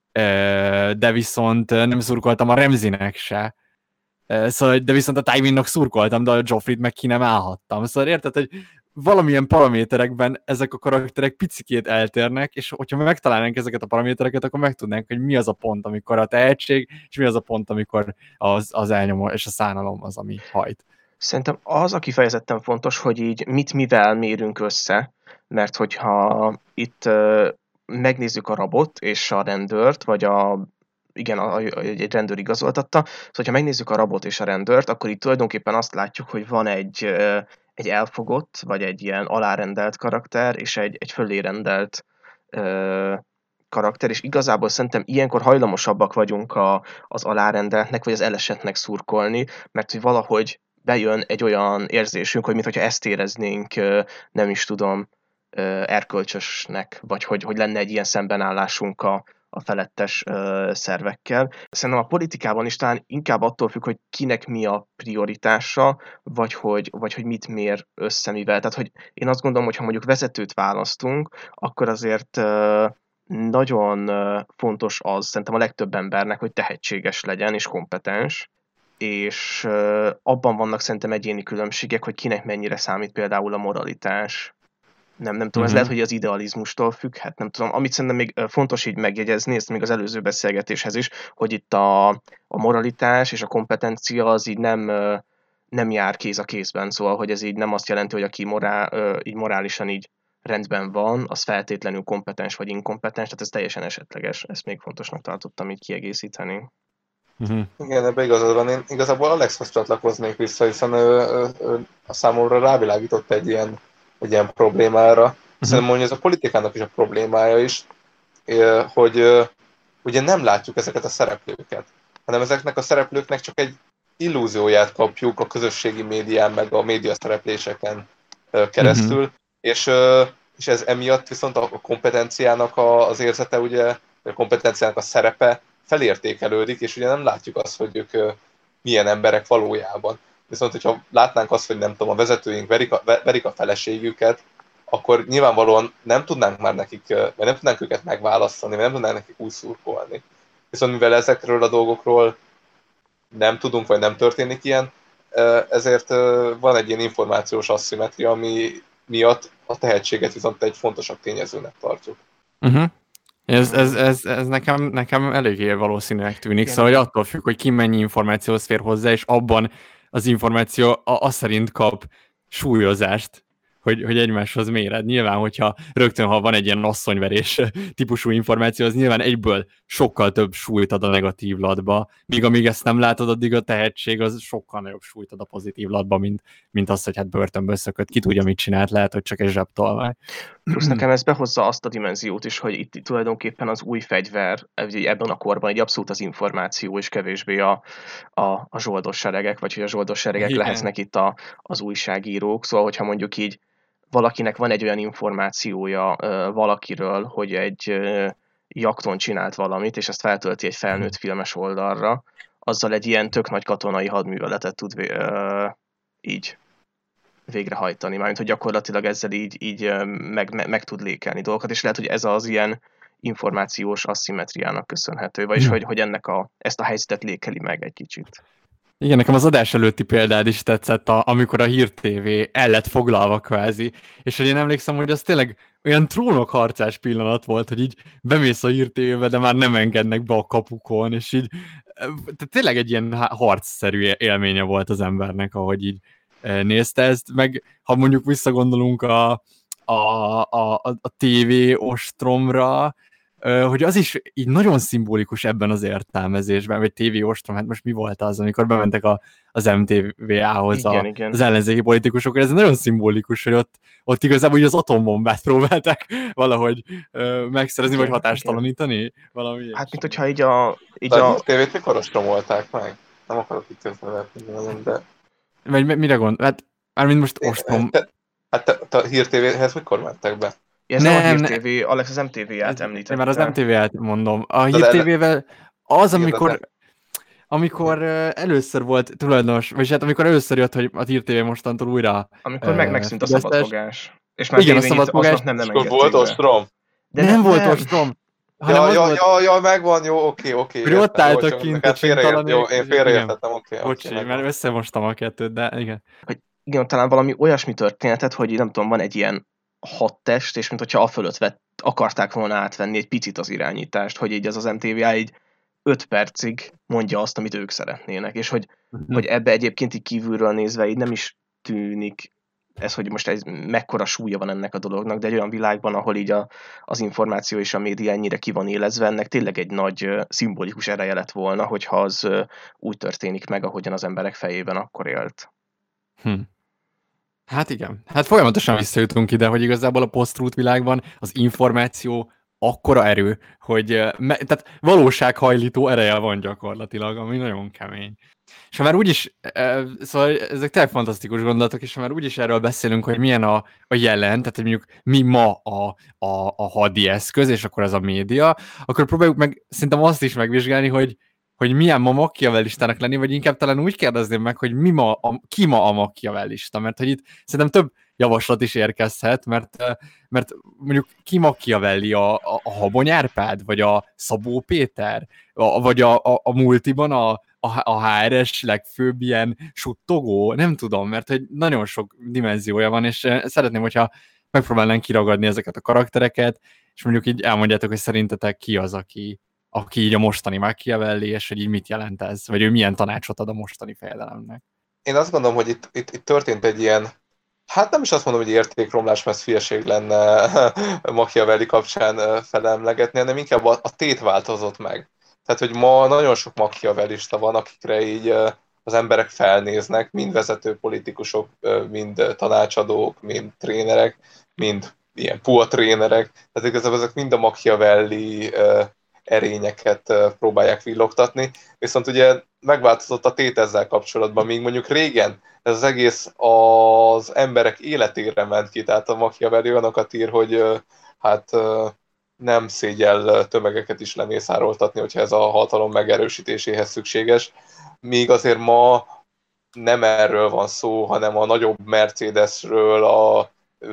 de viszont nem szurkoltam a Ramsaynek se. Szóval, de viszont a Tywinnak szurkoltam, de a Joffrey-t meg ki nem állhattam. Szóval érted, hogy valamilyen paraméterekben ezek a karakterek picikét eltérnek, és hogyha megtalálnánk ezeket a paramétereket, akkor megtudnánk, hogy mi az a pont, amikor a tehetség, és mi az a pont, amikor az, az elnyomó és a szánalom az, ami hajt. Szerintem az a kifejezetten fontos, hogy így mit mivel mérünk össze, mert hogyha itt uh, megnézzük a rabot és a rendőrt, vagy a igen, a, a, egy rendőr igazoltatta, szóval hogyha megnézzük a rabot és a rendőrt, akkor itt tulajdonképpen azt látjuk, hogy van egy, uh, egy elfogott, vagy egy ilyen alárendelt karakter, és egy, egy fölérendelt uh, karakter, és igazából szerintem ilyenkor hajlamosabbak vagyunk a, az alárendeltnek, vagy az elesetnek szurkolni, mert hogy valahogy bejön egy olyan érzésünk, hogy mintha ezt éreznénk, nem is tudom, erkölcsösnek, vagy hogy, hogy lenne egy ilyen szembenállásunk a, a felettes szervekkel. Szerintem a politikában is talán inkább attól függ, hogy kinek mi a prioritása, vagy hogy, vagy hogy mit mér össze mivel. Tehát, hogy én azt gondolom, hogy ha mondjuk vezetőt választunk, akkor azért nagyon fontos az, szerintem a legtöbb embernek, hogy tehetséges legyen és kompetens, és abban vannak szerintem egyéni különbségek, hogy kinek mennyire számít például a moralitás. Nem, nem tudom, uh-huh. Ez lehet, hogy az idealizmustól függhet, nem tudom. Amit szerintem még fontos így megjegyezni, ezt még az előző beszélgetéshez is, hogy itt a, a moralitás és a kompetencia az így nem, nem jár kéz a kézben, szóval, hogy ez így nem azt jelenti, hogy aki morál, így morálisan így rendben van, az feltétlenül kompetens vagy inkompetens, tehát ez teljesen esetleges. Ezt még fontosnak tartottam így kiegészíteni. Uh-huh. Igen, ebben igazad van. Én igazából Alexhoz csatlakoznék vissza, hiszen ő, ő, ő a számomra rávilágított egy ilyen, egy ilyen problémára. Uh-huh. Szerintem mondja, ez a politikának is a problémája is, hogy ugye nem látjuk ezeket a szereplőket, hanem ezeknek a szereplőknek csak egy illúzióját kapjuk a közösségi médián, meg a média szerepléseken keresztül, uh-huh. és, és ez emiatt viszont a kompetenciának az érzete, ugye, a kompetenciának a szerepe felértékelődik, és ugye nem látjuk azt, hogy ők milyen emberek valójában. Viszont, hogyha látnánk azt, hogy nem tudom, a vezetőink verik a, verik a feleségüket, akkor nyilvánvalóan nem tudnánk már nekik, vagy nem tudnánk őket megválasztani, vagy nem tudnánk nekik úgy szurkolni. Viszont mivel ezekről a dolgokról nem tudunk, vagy nem történik ilyen, ezért van egy ilyen információs asszimetria, ami miatt a tehetséget viszont egy fontosabb tényezőnek tartjuk. Uh-huh. Ez, ez, ez, ez nekem, nekem eléggé valószínűleg tűnik, igen. Szóval hogy attól függ, hogy ki mennyi információhoz fér hozzá, és abban az információ az szerint kap súlyozást, hogy, hogy egymáshoz méred. Nyilván, hogyha rögtön, ha van egy ilyen asszonyverés típusú információ, az nyilván egyből sokkal több súlyt ad a negatív latba, míg amíg ezt nem látod, addig a tehetség az sokkal nagyobb súlyt ad a pozitív latba, mint, mint az, hogy hát börtönből szökött, ki tudja, mit csinált, lehet, hogy csak egy zsebtolvaj. Plusz nekem ez behozza azt a dimenziót is, hogy itt tulajdonképpen az új fegyver ebben a korban egy abszolút az információ, és kevésbé a, a, a zsoldos seregek, vagy hogy a zsoldos seregek lehetnek itt a, az újságírók. Szóval, hogyha mondjuk így valakinek van egy olyan információja valakiről, hogy egy jakton csinált valamit, és ezt feltölti egy felnőtt filmes oldalra, azzal egy ilyen tök nagy katonai hadműveletet tud így végrehajtani. Mármint, hogy gyakorlatilag ezzel így, így meg, meg, meg tud lékelni dolgokat, és lehet, hogy ez az ilyen információs asszimetriának köszönhető, vagyis hogy, hogy ennek a, ezt a helyzetet lékeli meg egy kicsit. Igen, nekem az adás előtti példád is tetszett, a, amikor a Hír té vé el lett foglalva kvázi, és hogy én emlékszem, hogy az tényleg olyan trónokharcás pillanat volt, hogy így bemész a Hír té vébe, de már nem engednek be a kapukon, és így tehát tényleg egy ilyen harcszerű élménye volt az embernek, ahogy így nézte ezt, meg ha mondjuk visszagondolunk a, a, a, a té vé ostromra, hogy az is így nagyon szimbolikus ebben az értelmezésben, vagy té vé ostrom, hát most mi volt az, amikor bementek a, az em té vé á-hoz igen, a, igen. az ellenzéki politikusok, ez nagyon szimbolikus, hogy ott, ott igazából az atombombát próbálták valahogy uh, megszerezni, igen, vagy hatástalanítani. Valami hát, mint hogyha így a... Így de a... a té vét mikor ostromolták meg? Nem akarok itt közben de... Vagy mire gond? Hát, mármint most ostrom... Te, hát te, te a Hír té véhez mikor mentek be? Ja, ez nem, nem a Hír té vé, Alex az em té vé-át említette. Már az em té vé-át mondom. A Hír té vével az, amikor, amikor először volt tulajdonos, vagy hát amikor először jött, hogy a Hír té vé mostantól újra... Amikor uh, meg megszűnt a szabadfogás. És már igen, a szabadfogás. Nem, nem és volt ostrom? De nem, nem volt ostrom. Ja, ja, volt... ja, ja, megvan, jó, oké, oké. Hogy ott álltak kint a csintalan. Jó, én félreértettem, oké. Bocsi, mert összemostam a kettőt, de igen. Hogy igen, talán valami olyasmi történetet, hogy nem tudom, van egy ilyen hat test, és mint hogyha a fölött vett, akarták volna átvenni egy picit az irányítást, hogy így az az em té vé így öt percig mondja azt, amit ők szeretnének, és hogy, uh-huh. hogy ebbe egyébként így kívülről nézve így nem is tűnik ez, hogy most egy mekkora súlya van ennek a dolognak, de egy olyan világban, ahol így a, az információ és a média ennyire ki van élezve, ennek tényleg egy nagy uh, szimbolikus ereje lett volna, hogyha az uh, úgy történik meg, ahogyan az emberek fejében akkor élt. Hm. Hát igen. Hát folyamatosan visszajutunk ide, hogy igazából a post-truth világban az információ akkora erő, hogy me- tehát valósághajlító ereje van gyakorlatilag, ami nagyon kemény. És ha már úgyis, e, szóval ezek tényleg fantasztikus gondolatok, és ha már úgyis erről beszélünk, hogy milyen a, a jelen, tehát hogy mondjuk mi ma a, a, a hadi eszköz, és akkor ez a média, akkor próbáljuk meg szerintem azt is megvizsgálni, hogy hogy milyen ma machiavellistának lenni, vagy inkább talán úgy kérdezném meg, hogy mi ma a, ki ma a machiavellista, mert hogy itt szerintem több javaslat is érkezhet, mert, mert mondjuk ki Machiavelli, a, a, a Habony Árpád, vagy a Szabó Péter, a, vagy a, a, a multiban a, a, a há er es legfőbb ilyen suttogó, nem tudom, mert hogy nagyon sok dimenziója van, és szeretném, hogyha megpróbálnánk kiragadni ezeket a karaktereket, és mondjuk így elmondjátok, hogy szerintetek ki az, aki aki így a mostani Machiavelli, és hogy így mit jelent ez, vagy ő milyen tanácsot ad a mostani fejedelemnek. Én azt gondolom, hogy itt, itt, itt történt egy ilyen, hát nem is azt mondom, hogy értékromlás, mert ez hülyeség lenne Machiavelli kapcsán felemlegetni, hanem inkább a, a tét változott meg. Tehát, hogy ma nagyon sok machiavellista van, akikre így az emberek felnéznek, mind vezető politikusok, mind tanácsadók, mind trénerek, mind ilyen pua trénerek. Tehát igazából ezek mind a Machiavelli erényeket próbálják villogtatni, viszont ugye megváltozott a tét ezzel kapcsolatban, míg mondjuk régen ez az egész az emberek életére ment ki, tehát a Machiavelli olyanokat ír, hogy hát nem szégyel tömegeket is lemészároltatni, hogyha ez a hatalom megerősítéséhez szükséges, míg azért ma nem erről van szó, hanem a nagyobb Mercedesről, a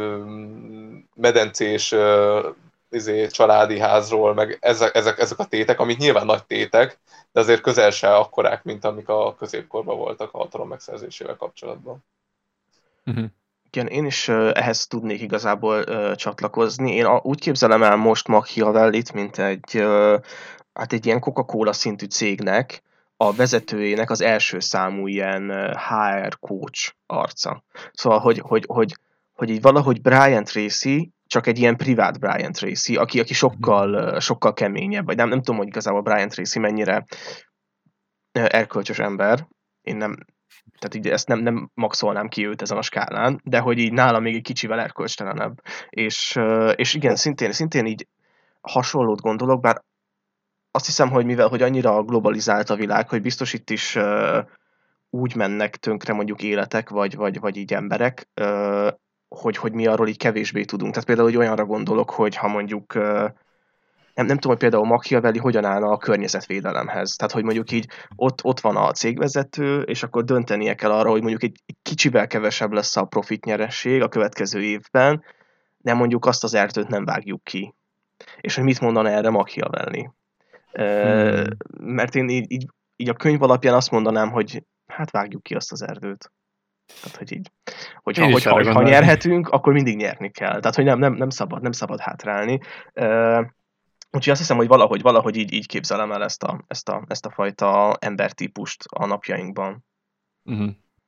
medencés izé, családi házról, meg ezek, ezek, ezek a tétek, amik nyilván nagy tétek, de azért közel se akkorák, mint amik a középkorban voltak a hatalom megszerzésével kapcsolatban. Uh-huh. Igen, én is uh, ehhez tudnék igazából uh, csatlakozni. Én a, úgy képzelem el most Machiavellit, mint egy, uh, hát egy ilyen Coca-Cola szintű cégnek, a vezetőjének az első számú ilyen uh, há er coach arca. Szóval, hogy, hogy, hogy, hogy így valahogy Brian Tracy, csak egy ilyen privát Brian Tracy, aki, aki sokkal, sokkal keményebb, vagy nem, nem tudom, hogy igazából Brian Tracy mennyire erkölcsös ember. Én nem, tehát így ezt nem, nem maxolnám ki őt ezen a skálán, de hogy így nála még egy kicsivel erkölcstelenebb. És, és igen, szintén, szintén így hasonlót gondolok, bár azt hiszem, hogy mivel hogy annyira globalizált a világ, hogy biztos itt is úgy mennek tönkre mondjuk életek, vagy, vagy, vagy így emberek, hogy, hogy mi arról így kevésbé tudunk. Tehát például hogy olyanra gondolok, hogy ha mondjuk nem, nem tudom, hogy például Machiavelli hogyan állna a környezetvédelemhez. Tehát, hogy mondjuk így ott, ott van a cégvezető, és akkor döntenie kell arra, hogy mondjuk egy, egy kicsivel kevesebb lesz a profitnyeresség a következő évben, de mondjuk azt az erdőt nem vágjuk ki. És hogy mit mondana erre Machiavelli? Hmm. Mert én így, így, így a könyv alapján azt mondanám, hogy hát vágjuk ki azt az erdőt. Tehát, hogy így, hogyha, hogyha, hogyha nyerhetünk, akkor mindig nyerni kell. Tehát, hogy nem, nem, nem, szabad, nem szabad hátrálni. Uh, úgyhogy azt hiszem, hogy valahogy, valahogy így, így képzelem el ezt a, ezt, a, ezt a fajta embertípust a napjainkban. Uh-huh.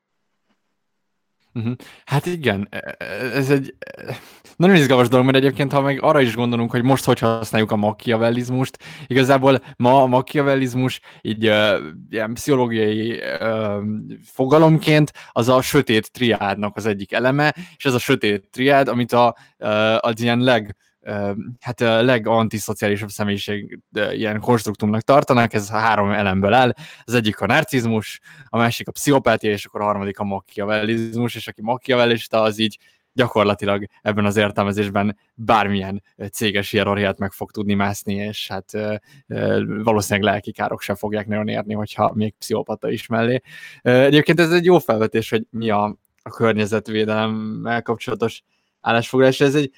Uh-huh. Hát igen, ez egy nagyon izgalmas dolog, mert egyébként, ha meg arra is gondolunk, hogy most hogy használjuk a machiavellizmust, igazából ma a machiavellizmus így uh, ilyen pszichológiai uh, fogalomként az a sötét triádnak az egyik eleme, és ez a sötét triád, amit a, uh, az ilyen leg hát a legantiszociálisabb személyiség ilyen konstruktumnak tartanak, ez a három elemből áll, az egyik a narcizmus, a másik a pszichopátia, és akkor a harmadik a machiavellizmus, és aki machiavellista, az így gyakorlatilag ebben az értelmezésben bármilyen céges hierarchiát meg fog tudni mászni, és hát valószínűleg lelki károk sem fogják nagyon érni, hogyha még pszichopata is mellé. Egyébként ez egy jó felvetés, hogy mi a, a környezetvédelemmel kapcsolatos állásfoglalás, ez egy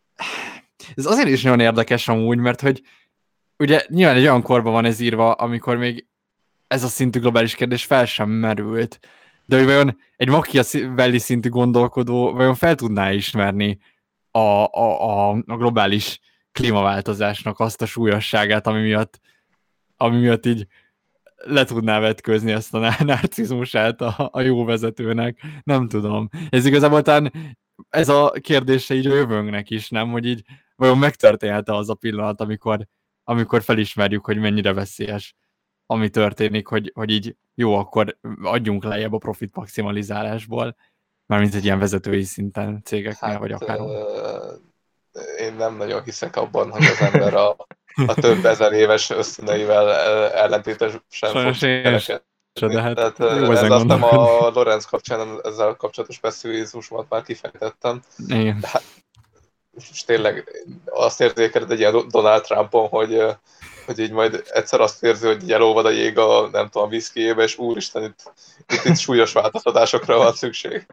Ez azért is nagyon érdekes amúgy, mert hogy ugye nyilván egy olyan korban van ez írva, amikor még ez a szintű globális kérdés fel sem merült, de hogy vajon egy Machiavelli szintű gondolkodó vajon fel tudná ismerni a, a, a, a globális klímaváltozásnak azt a súlyosságát, ami miatt, ami miatt így le tudná vetkőzni ezt a narcizmusát a, a jó vezetőnek. Nem tudom. Ez igazából talán ez a kérdése így a jövőnknek is, nem? Hogy így vajon megtörténhet az a pillanat, amikor, amikor felismerjük, hogy mennyire veszélyes, ami történik, hogy, hogy így jó, akkor adjunk lejjebb a profit maximalizálásból, mármint egy ilyen vezetői szinten cégeknél, hát, vagy akár. Uh, én nem nagyon hiszek abban, hogy az ember a, a több ezer éves ösztöneivel ellentétesen fog kerekedni. De hát Tehát ez azt nem a Lorenz kapcsán, ezzel kapcsolatos pessimizmusomat már kifejtettem. Igen. Hát, és tényleg azt érzékeled egy ilyen Donald Trumpon, hogy, hogy így majd egyszer azt érzi, hogy elolvad a jég a, nem tudom, viszkijébe, és úristen, itt, itt, itt súlyos változtatásokra van szükség.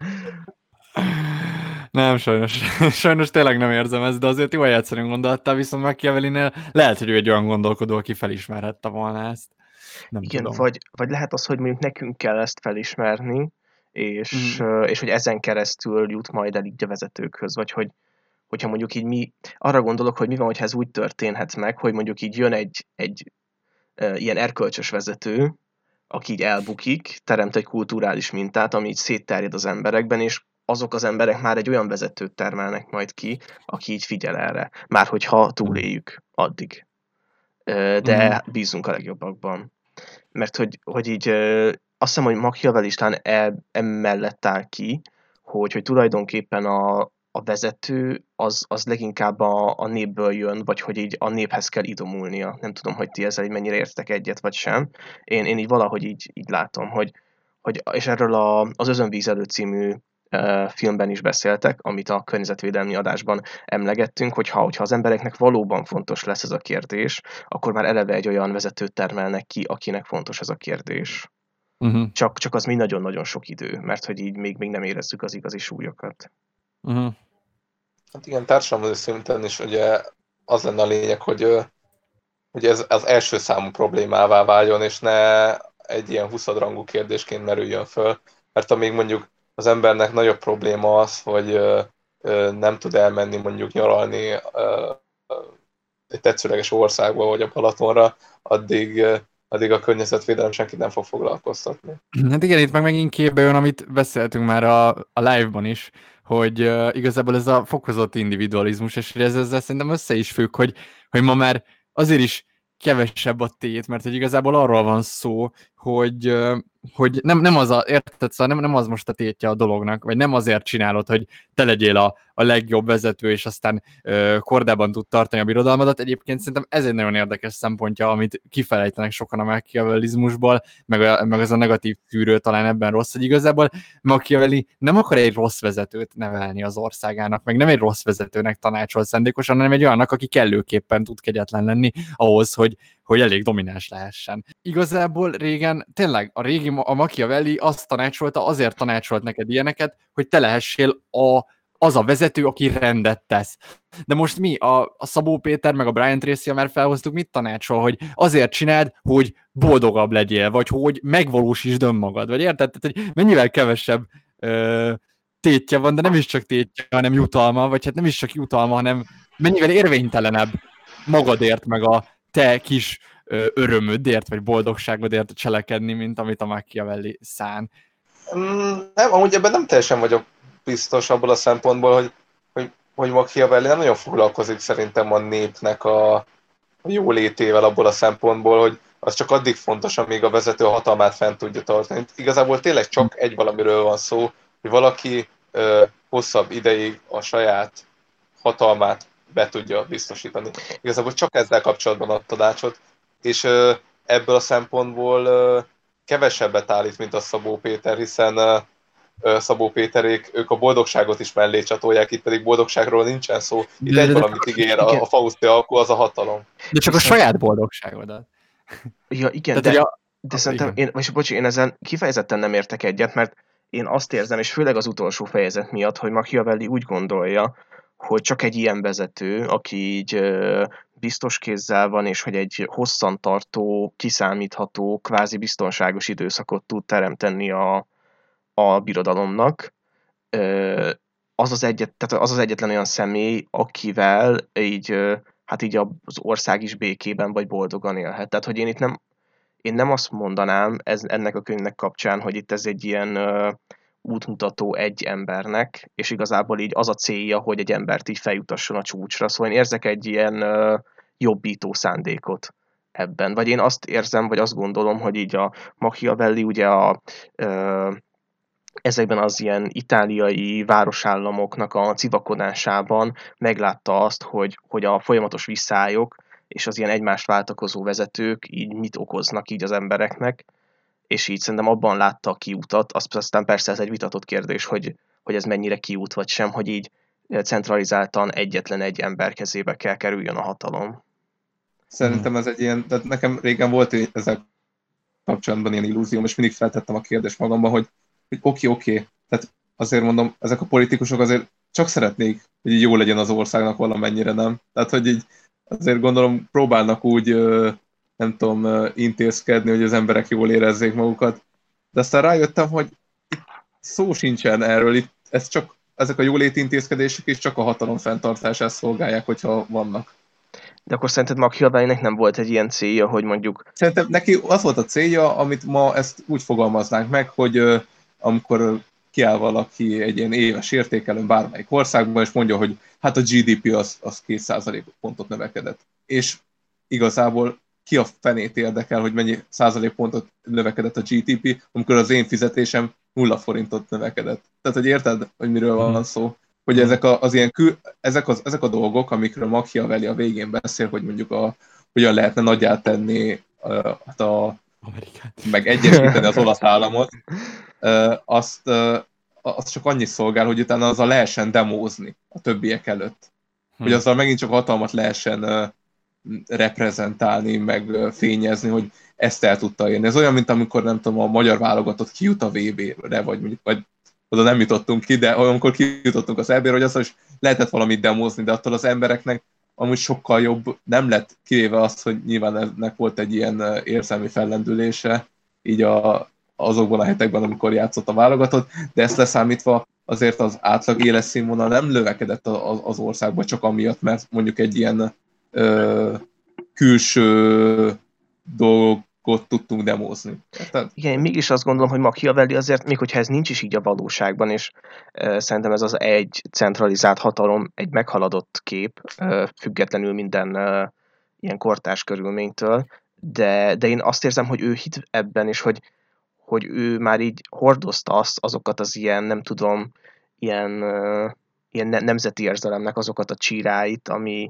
Nem, sajnos. Sajnos tényleg nem érzem ezt, de azért jó, hogy egyszerűen gondoltál, viszont Machiavellinél lehet, hogy ő egy olyan gondolkodó, aki felismerhette volna ezt. Nem Igen, tudom. vagy, vagy lehet az, hogy mondjuk nekünk kell ezt felismerni, és, mm. és hogy ezen keresztül jut majd el így a vezetőkhöz, vagy hogy hogyha mondjuk így mi, arra gondolok, hogy mi van, hogyha ez úgy történhet meg, hogy mondjuk így jön egy, egy e, ilyen erkölcsös vezető, aki így elbukik, teremt egy kulturális mintát, ami így szétterjed az emberekben, és azok az emberek már egy olyan vezetőt termelnek majd ki, aki így figyel erre. Már hogyha túléljük addig. E, de mm. bízunk a legjobbakban. Mert hogy, hogy így e, azt hiszem, hogy Machiavellistán e, emellett áll ki, hogy, hogy tulajdonképpen a a vezető az, az leginkább a, a népből jön, vagy hogy így a néphez kell idomulnia. Nem tudom, hogy ti ezzel mennyire értek egyet, vagy sem. Én, én így valahogy így, így látom, hogy, hogy és erről a, az Özönvízelő című e, filmben is beszéltek, amit a környezetvédelmi adásban emlegettünk, hogyha, hogyha az embereknek valóban fontos lesz ez a kérdés, akkor már eleve egy olyan vezetőt termelnek ki, akinek fontos ez a kérdés. Uh-huh. Csak, csak az még nagyon-nagyon sok idő, mert hogy így még, még nem érezzük az igazi súlyokat. Uh-huh. Hát igen, társadalmi szinten is ugye az lenne a lényeg, hogy, hogy ez az első számú problémává váljon, és ne egy ilyen huszadrangú kérdésként merüljön föl. Mert amíg mondjuk az embernek nagyobb probléma az, hogy nem tud elmenni mondjuk nyaralni egy tetszőleges országba vagy a Balatonra, addig, addig a környezetvédelem senkit nem fog foglalkoztatni. Hát igen, itt meg megint képbe jön, amit beszéltünk már a, a live-ban is, hogy uh, igazából ez a fokozott individualizmus, és ez ezzel szerintem össze is függ, hogy, hogy ma már azért is kevesebb a tét, mert hogy igazából arról van szó, hogy, uh, hogy nem, nem az a, érted, szóval nem, nem az most a tétje a dolognak, vagy nem azért csinálod, hogy te legyél a, a legjobb vezető, és aztán ö, kordában tud tartani a birodalmadat. Egyébként szerintem ez egy nagyon érdekes szempontja, amit kifelejtenek sokan a machiavellizmusból, meg, a, meg az a negatív szűrő talán ebben rossz, hogy igazából Machiavelli nem akar egy rossz vezetőt nevelni az országának, meg nem egy rossz vezetőnek tanácsol szándékosan, hanem egy olyannak, aki kellőképpen tud kegyetlen lenni ahhoz, hogy, hogy elég domináns lehessen. Igazából régen, tényleg a régi a Machiavelli azt tanácsolta, azért tanácsolt neked ilyeneket, hogy te lehessél a, az a vezető, aki rendet tesz. De most mi, a, a Szabó Péter meg a Brian Tracy-ja már felhoztuk, mit tanácsol, hogy azért csináld, hogy boldogabb legyél, vagy hogy megvalósítsd önmagad, vagy érted? Tehát, hogy mennyivel kevesebb ö, tétje van, de nem is csak tétje, hanem jutalma, vagy hát nem is csak jutalma, hanem mennyivel érvénytelenebb magadért, meg a te kis ö, örömödért, vagy boldogságodért cselekedni, mint amit a Machiavelli szán. Mm, nem, amúgy ebben nem teljesen vagyok biztos abból a szempontból, hogy, hogy, hogy Machiavelli nem nagyon foglalkozik szerintem a népnek a, a jólétével abból a szempontból, hogy az csak addig fontos, amíg a vezető a hatalmát fent tudja tartani. Igazából tényleg csak egy valamiről van szó, hogy valaki ö, hosszabb ideig a saját hatalmát be tudja biztosítani. Igazából csak ezzel kapcsolatban ad tanácsot, és ö, ebből a szempontból ö, kevesebbet állít, mint a Szabó Péter, hiszen ö, Szabó Péterék, ők a boldogságot is mellé csatolják, itt pedig boldogságról nincsen szó. Itt de, egy de, valamit ígér, a, a Fauszti alkú, az a hatalom. De csak a saját boldogságodat. Ja, igen, Tehát, de, a, de szerintem, én, és bocsi, én ezen kifejezetten nem értek egyet, mert én azt érzem, és főleg az utolsó fejezet miatt, hogy Machiavelli úgy gondolja, hogy csak egy ilyen vezető, aki így ö, biztos kézzel van, és hogy egy hosszantartó, kiszámítható, kvázi biztonságos időszakot tud teremteni a, a birodalomnak. Ö, az az, egyet, tehát az az egyetlen olyan személy, akivel így, ö, hát így az ország is békében vagy boldogan élhet. Tehát, hogy én itt nem, én nem azt mondanám ez, ennek a könyvnek kapcsán, hogy itt ez egy ilyen ö, útmutató egy embernek, és igazából így az a célja, hogy egy embert így feljutasson a csúcsra. Szóval én érzek egy ilyen ö, jobbító szándékot ebben. Vagy én azt érzem, vagy azt gondolom, hogy így a Machiavelli ugye a ö, ezekben az ilyen itáliai városállamoknak a civakodásában meglátta azt, hogy, hogy a folyamatos visszályok és az ilyen egymást váltakozó vezetők így mit okoznak így az embereknek, és így szerintem abban látta a kiútat, azt aztán persze ez egy vitatott kérdés, hogy, hogy ez mennyire kiút vagy sem, hogy így centralizáltan egyetlen egy ember kezébe kell kerüljön a hatalom. Szerintem ez egy ilyen, tehát nekem régen volt ezzel kapcsolatban ilyen illúzióm, és mindig feltettem a kérdést magamban, hogy hogy oké, oké, tehát azért mondom, ezek a politikusok azért csak szeretnék, hogy így jó legyen az országnak valamennyire, nem? Tehát, hogy így azért gondolom próbálnak úgy, nem tudom, intézkedni, hogy az emberek jól érezzék magukat, de aztán rájöttem, hogy itt szó sincsen erről, itt ez csak, ezek a jóléti intézkedések is csak a hatalom fenntartását szolgálják, hogyha vannak. De akkor szerinted Machiavellinek nem volt egy ilyen célja, hogy mondjuk... Szerintem neki az volt a célja, amit ma ezt úgy fogalmaznánk meg, hogy amikor kiáll valaki egy ilyen éves értékelőn bármelyik országban, és mondja, hogy hát a gé dé pé az, az két százalék pontot növekedett. És igazából ki a fenét érdekel, hogy mennyi százalékpontot növekedett a gé dé pé, amikor az én fizetésem nulla forintot növekedett. Tehát, hogy érted, hogy miről van szó? Hogy ezek, a, az ilyen kül, ezek, az, ezek a dolgok, amikről Machiavelli a végén beszél, hogy mondjuk a, hogyan lehetne nagyjá tenni a, a meg egyesíteni az olasz államot, azt, azt csak annyi szolgál, hogy utána azzal lehessen demózni a többiek előtt. Hm. Hogy azzal megint csak hatalmat lehessen reprezentálni, meg fényezni, hogy ezt el tudta érni. Ez olyan, mint amikor nem tudom, a magyar válogatott kijut a vé bé-re, vagy mondjuk, vagy oda nem jutottunk ki, de amikor kijutottunk az é bé-re, hogy azt is lehetett valamit demózni, de attól az embereknek amúgy sokkal jobb nem lett, kivéve azt, hogy nyilván ennek volt egy ilyen érzelmi fellendülése, így a, azokban a hetekben, amikor játszott a válogatott, de ezt leszámítva azért az átlag életszínvonal nem növekedett az országban, csak amiatt, mert mondjuk egy ilyen ö, külső dolgot tudtunk demózni. Érted? Igen, én mégis azt gondolom, hogy Machiavelli azért, még hogyha ez nincs is így a valóságban, és uh, szerintem ez az egy centralizált hatalom, egy meghaladott kép, uh, függetlenül minden uh, ilyen kortárs körülménytől, de, de én azt érzem, hogy ő hit ebben, és hogy, hogy ő már így hordozta azt, azokat az ilyen, nem tudom, ilyen, uh, ilyen nemzeti érzelemnek azokat a csíráit, ami,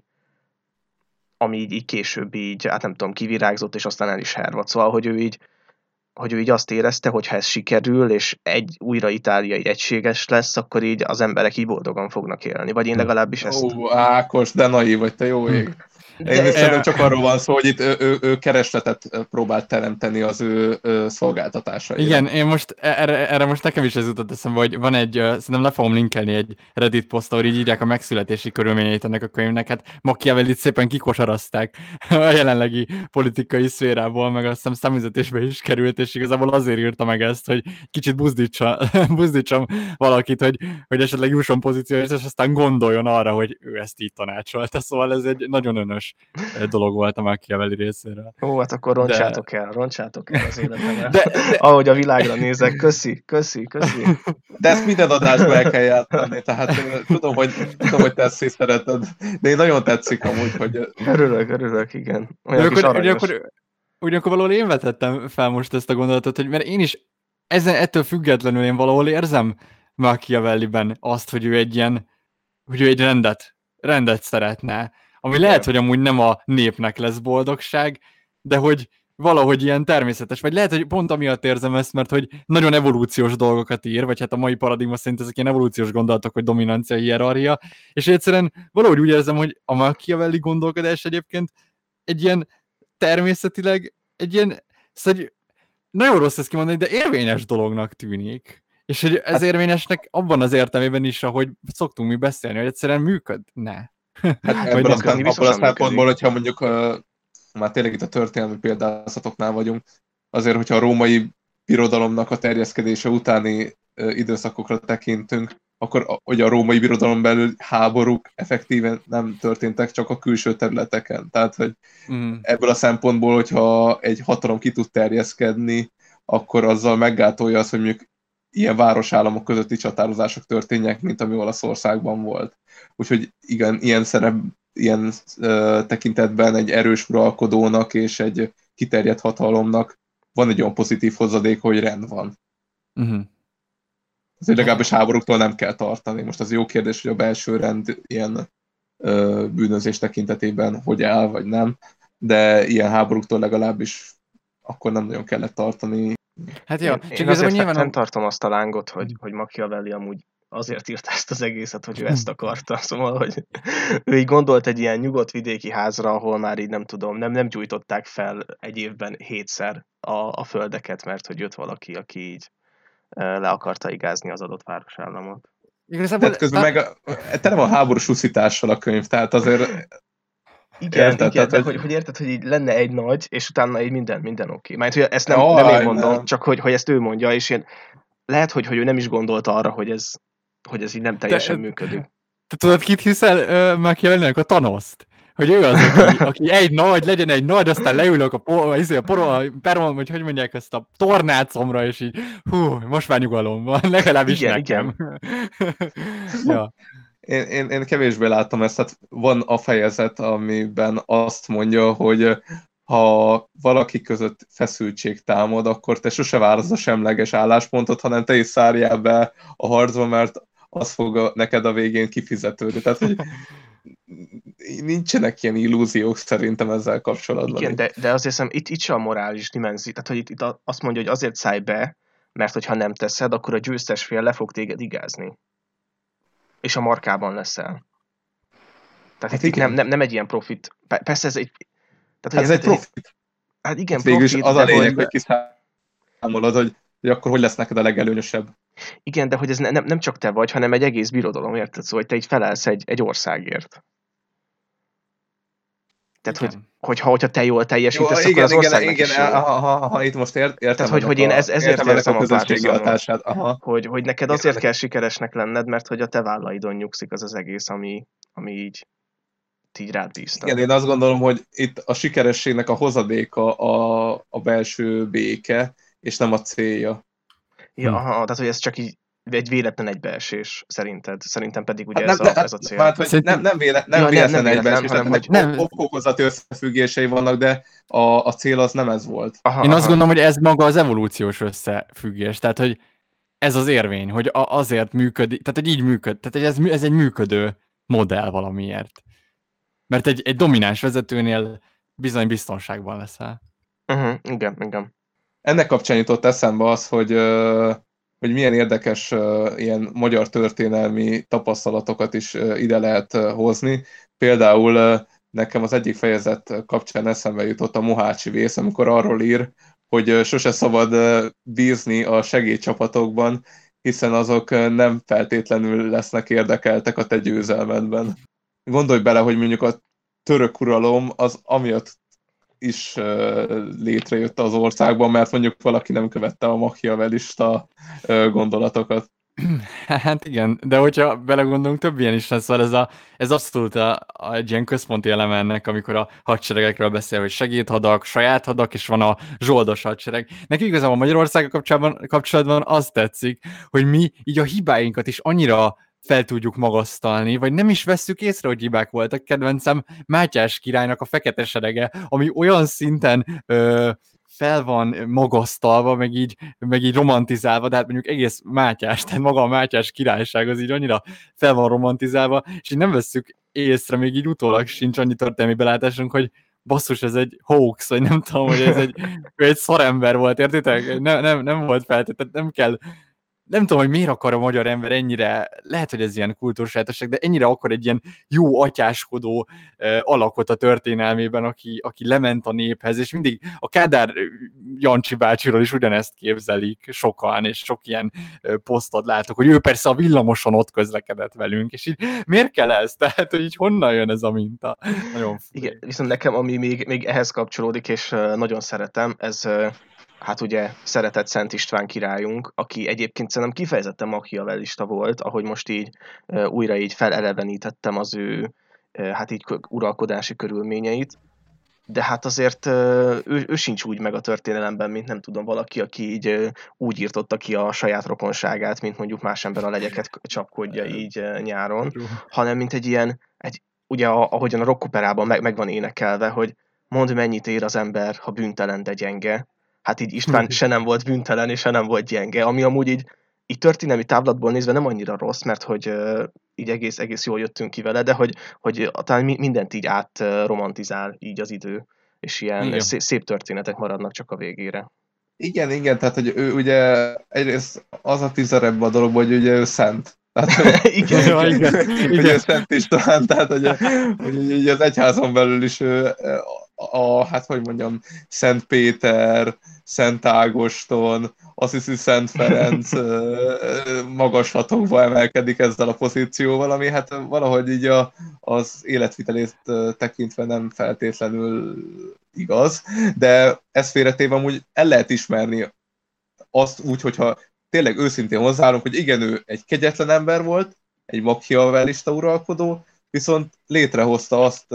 ami így, így később így, hát nem tudom, kivirágzott, és aztán el is hervadt. Szóval, hogy ő így, hogy ő így azt érezte, hogy ha ez sikerül, és egy újra Itália így egységes lesz, akkor így az emberek így boldogan fognak élni. Vagy én legalábbis ezt... Ó, Ákos, de naív vagy, te jó ég. Én szerintem csak arról van szó, hogy itt ő, ő, ő keresletet próbált teremteni az ő, ő szolgáltatásaira. Igen, én most erre, erre most nekem is ez jutott eszembe, hogy van egy, szerintem le fogom linkelni egy Reddit poszt, ahol így írják a megszületési körülményeit ennek a könyvnek. Hát Machiavellit szépen kikosarazták a jelenlegi politikai szférából, meg azt hiszem számüzetésbe is került, és igazából azért írta meg ezt, hogy kicsit buzdítsa, buzdítsam valakit, hogy, hogy esetleg jusson pozícióra, és aztán gondoljon arra, hogy ő ezt így tanácsolta. Szóval ez egy nagyon önös dolog volt a Machiavelli részéről. Ó, hát akkor roncsátok de... el, roncsátok el az életemet. De, de... Ahogy a világra nézek, köszi, köszi, köszi. De ezt minden adásba el kell játszani, tehát tudom, hogy, tudom, hogy te ezt szereted, de én nagyon tetszik amúgy, hogy... Örülök, örülök, igen. Olyan kis aranyos. Ugyanakkor, ugyanakkor valahol én vetettem fel most ezt a gondolatot, hogy mert én is ezen, ettől függetlenül én valahol érzem Machiavelliben azt, hogy ő egy ilyen, hogy ő egy rendet, rendet szeretne. Ami lehet, hogy amúgy nem a népnek lesz boldogság, de hogy valahogy ilyen természetes, vagy lehet, hogy pont amiatt érzem ezt, mert hogy nagyon evolúciós dolgokat ír, vagy hát a mai paradigma szerint ezek ilyen evolúciós gondolatok, hogy dominancia, hierarchia, és egyszerűen valahogy úgy érzem, hogy a Machiavelli gondolkodás egyébként egy ilyen természetileg, egy ilyen, szóval nagyon rossz ezt kimondani, de érvényes dolognak tűnik. És hogy ez érvényesnek abban az értelmében is, ahogy szoktunk mi beszélni, hogy egyszerűen működne. Hát ebből a szempontból, hogyha mondjuk uh, már tényleg itt a történelmi példázatoknál vagyunk, azért, hogyha a római birodalomnak a terjeszkedése utáni uh, időszakokra tekintünk, akkor hogy a római birodalom belül háborúk effektíven nem történtek, csak a külső területeken. Tehát, hogy mm. ebből a szempontból, hogyha egy hatalom ki tud terjeszkedni, akkor azzal meggátolja azt, hogy mondjuk ilyen városállamok közötti csatározások történnek, mint ami Olaszországban volt. Úgyhogy igen, ilyen szerep, ilyen uh, tekintetben egy erős uralkodónak és egy kiterjedt hatalomnak van egy olyan pozitív hozadék, hogy rend van. Uh-huh. Azért legalábbis háborúktól nem kell tartani. Most az jó kérdés, hogy a belső rend ilyen uh, bűnözés tekintetében hogy áll, vagy nem, de ilyen háborúktól legalábbis akkor nem nagyon kellett tartani. Hát jó, én, én azért nyilván nem tartom azt a lángot, hogy, hogy Machiavelli amúgy azért írta ezt az egészet, hogy ő ezt akarta. Szóval, hogy ő így gondolt egy ilyen nyugodt vidéki házra, ahol már így nem tudom, nem, nem gyújtották fel egy évben hétszer a, a földeket, mert hogy jött valaki, aki így le akarta igázni az adott városállamot. Igazából közben meg a, tele van háborús úszítással a könyv, tehát azért... Igen, érted, igen, tehát, de hogy, hogy érted, hogy így lenne egy nagy, és utána így minden, minden oké. Okay. Mert hogy ezt nem, oh, nem én mondom, nem. csak hogy, hogy ezt ő mondja, és én, lehet, hogy, hogy ő nem is gondolta arra, hogy ez, hogy ez így nem teljesen te, működik. Te tudod, kit hiszel uh, Machiavellinek? A Thanoszt? Hogy ő az, aki, aki egy nagy, legyen egy nagy, aztán leülök a, por, a, a peron, vagy hogy mondják ezt a tornácomra, és így, hú, most már nyugalom van, legalábbis igen, nekem. Igen. ja. Én, én, én kevésbé látom ezt, tehát van a fejezet, amiben azt mondja, hogy ha valaki között feszültség támad, akkor te sose válasz a semleges álláspontot, hanem te is szárjál be a harcba, mert az fog a, neked a végén kifizetődni. Tehát, hogy nincsenek ilyen illúziók szerintem ezzel kapcsolatban. Igen, de, de azért hiszem, itt, itt sem a morális dimenzió. Tehát, hogy itt, itt azt mondja, hogy azért szállj be, mert hogyha nem teszed, akkor a győztes fél le fog téged igázni. És a markában leszel. Tehát hát itt nem, nem, nem egy ilyen profit. Persze ez egy... Tehát, hát ez egy profit. Hát igen, hát profit. Az a lényeg, hogy kiszámolod, hogy, hogy akkor hogy lesz neked a legelőnyösebb. Igen, de hogy ez ne, nem, nem csak te vagy, hanem egy egész birodalom, érted? Szóval, hogy te így felelsz egy, egy országért. Tehát, hogy, hogyha, hogyha te jól teljesítesz, jó, igen, akkor az igen, igen, igen, ha, ha, ha itt most ért, értem. Tehát, hogy, hogy én ez, ezért érzem a párhuzamot, hogy, hogy neked azért kell sikeresnek lenned, mert hogy a te vállaidon nyugszik az az egész, ami, ami így, így rád bíztak. Igen, én azt gondolom, hogy itt a sikerességnek a hozadéka a, a belső béke, és nem a célja. Ja, hm. aha, tehát, hogy ez csak így egy véletlen egybeesés szerinted. Szerintem pedig ugye hát nem, ez, a, ez a cél. Hát, hogy nem, nem, véle, nem ja, véletlen nem, egybeesés, hanem hogy nem okozati összefüggései vannak, de a, a cél az nem ez volt. Aha, Én aha. azt gondolom, hogy ez maga az evolúciós összefüggés. Tehát, hogy ez az érvény, hogy azért működik, tehát hogy így működ, tehát ez, ez egy működő modell valamiért. Mert egy, egy domináns vezetőnél bizony biztonságban leszel. Uh-huh, igen, igen. Ennek kapcsán jutott eszembe az, hogy, hogy milyen érdekes ilyen magyar történelmi tapasztalatokat is ide lehet hozni. Például nekem az egyik fejezet kapcsán eszembe jutott a Mohácsi vész, amikor arról ír, hogy sose szabad bízni a segédcsapatokban, hiszen azok nem feltétlenül lesznek érdekeltek a te győzelmedben. Gondolj bele, hogy mondjuk a török uralom az amiatt is létrejött az országban, mert mondjuk valaki nem követte a machiavellista gondolatokat. Hát igen, de hogyha belegondolunk, több ilyen is lesz, szóval ez, a, ez abszolút a, a, egy ilyen központi eleme ennek, amikor a hadseregekről beszél, hogy segédhadak, saját hadak, és van a zsoldos hadsereg. Neki igazából Magyarországgal kapcsolatban, kapcsolatban az tetszik, hogy mi így a hibáinkat is annyira fel tudjuk magasztalni, vagy nem is vesszük észre, hogy hibák voltak. Kedvencem Mátyás királynak a fekete serege, ami olyan szinten ö, fel van magasztalva, meg így, meg így romantizálva, de hát mondjuk egész Mátyás, tehát maga a Mátyás királyság az így annyira fel van romantizálva, és így nem vesszük észre, még így utólag sincs annyi történelmi belátásunk, hogy basszus, ez egy hoax, vagy nem tudom, hogy ez egy, egy szarember volt, értitek? Nem, nem, nem volt feltétlenül, nem kell. Nem tudom, hogy miért akar a magyar ember ennyire, lehet, hogy ez ilyen kultúrsajátosság, de ennyire akar egy ilyen jó atyáskodó uh, alakot a történelmében, aki, aki lement a néphez, és mindig a Kádár Jancsi bácsiról is ugyanezt képzelik sokan, és sok ilyen uh, posztot látok, hogy ő persze a villamoson ott közlekedett velünk, és így miért kell ez? Tehát, hogy így honnan jön ez a minta? Nagyon Igen, viszont nekem, ami még, még ehhez kapcsolódik, és uh, nagyon szeretem, ez... Uh, hát ugye szeretett Szent István királyunk, aki egyébként szerintem kifejezetten machiavellista volt, ahogy most így uh, újra így felelevenítettem az ő uh, hát így uralkodási körülményeit, de hát azért uh, ő, ő sincs úgy meg a történelemben, mint nem tudom, valaki, aki így uh, úgy írtotta ki a saját rokonságát, mint mondjuk más ember a legyeket csapkodja így uh, nyáron, hanem mint egy ilyen, egy, ugye ahogyan a rockoperában meg, meg van énekelve, hogy mondd, mennyit ér az ember, ha bűntelen, de gyenge. Hát így István se nem volt bűntelen, és se nem volt gyenge, ami amúgy így, így történelmi távlatból nézve nem annyira rossz, mert hogy uh, így egész, egész jól jöttünk ki vele, de hogy, hogy talán mindent így át uh, romantizál így az idő, és ilyen szép, szép történetek maradnak csak a végére. Igen, igen, tehát hogy ő ugye egyrészt az a tizerebb a dologban, hogy ugye ő szent. Tehát, hogy, igen, igen, igen. Ugye Szent István, tehát hogy, hogy ugye az egyházon belül is ő, a, a, hát hogy mondjam, Szent Péter, Szent Ágoston, azt hiszi Szent Ferenc magaslatokba emelkedik ezzel a pozícióval, ami hát valahogy így a, az életvitelét tekintve nem feltétlenül igaz, de ezt félretéve amúgy el lehet ismerni azt úgy, hogyha tényleg őszintén hozzáállunk, hogy igen, ő egy kegyetlen ember volt, egy machiavellista uralkodó, viszont létrehozta azt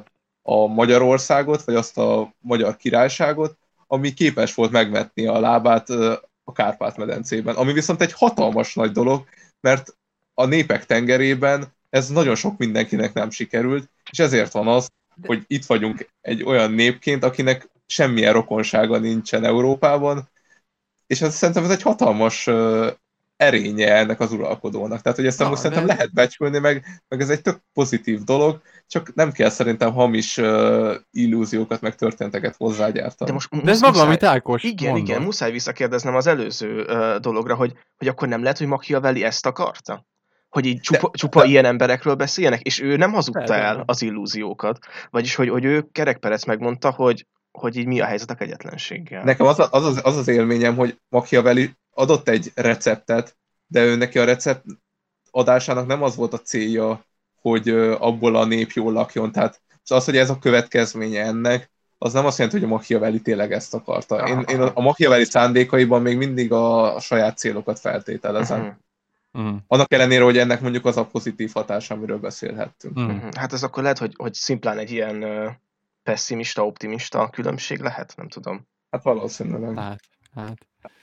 a Magyarországot, vagy azt a magyar királyságot, ami képes volt megvetni a lábát a Kárpát-medencében. Ami viszont egy hatalmas nagy dolog, mert a népek tengerében ez nagyon sok mindenkinek nem sikerült, és ezért van az, hogy itt vagyunk egy olyan népként, akinek semmilyen rokonsága nincsen Európában, és ez, szerintem ez egy hatalmas uh, erénye ennek az uralkodónak. Tehát, hogy ezt Na, most de... szerintem lehet becsülni, meg, meg ez egy tök pozitív dolog, csak nem kell szerintem hamis uh, illúziókat, meg történeteket hozzágyártani. De, most, de ez maga, amit Ákos Igen, mondom. igen, muszáj visszakérdeznem az előző uh, dologra, hogy, hogy akkor nem lehet, hogy Machiavelli ezt akarta? Hogy így csupa, de, csupa de... ilyen emberekről beszéljenek, és ő nem hazudta de, el az illúziókat. Vagyis, hogy, hogy ő Kerekperec megmondta, hogy hogy így mi a helyzet a kegyetlenséggel. Nekem az, az, az, az az élményem, hogy Machiavelli adott egy receptet, de ő neki a recept adásának nem az volt a célja, hogy abból a nép jól lakjon. Tehát az, hogy ez a következménye ennek, az nem azt jelenti, hogy a Machiavelli tényleg ezt akarta. Én, én a, a Machiavelli szándékaiban még mindig a, a saját célokat feltételezem. Uh-huh. Uh-huh. Annak ellenére, hogy ennek mondjuk az a pozitív hatás, amiről beszélhettünk. Uh-huh. Hát ez akkor lehet, hogy, hogy szimplán egy ilyen pessimista, optimista különbség lehet? Nem tudom. Hát valószínűleg. Hát, hát.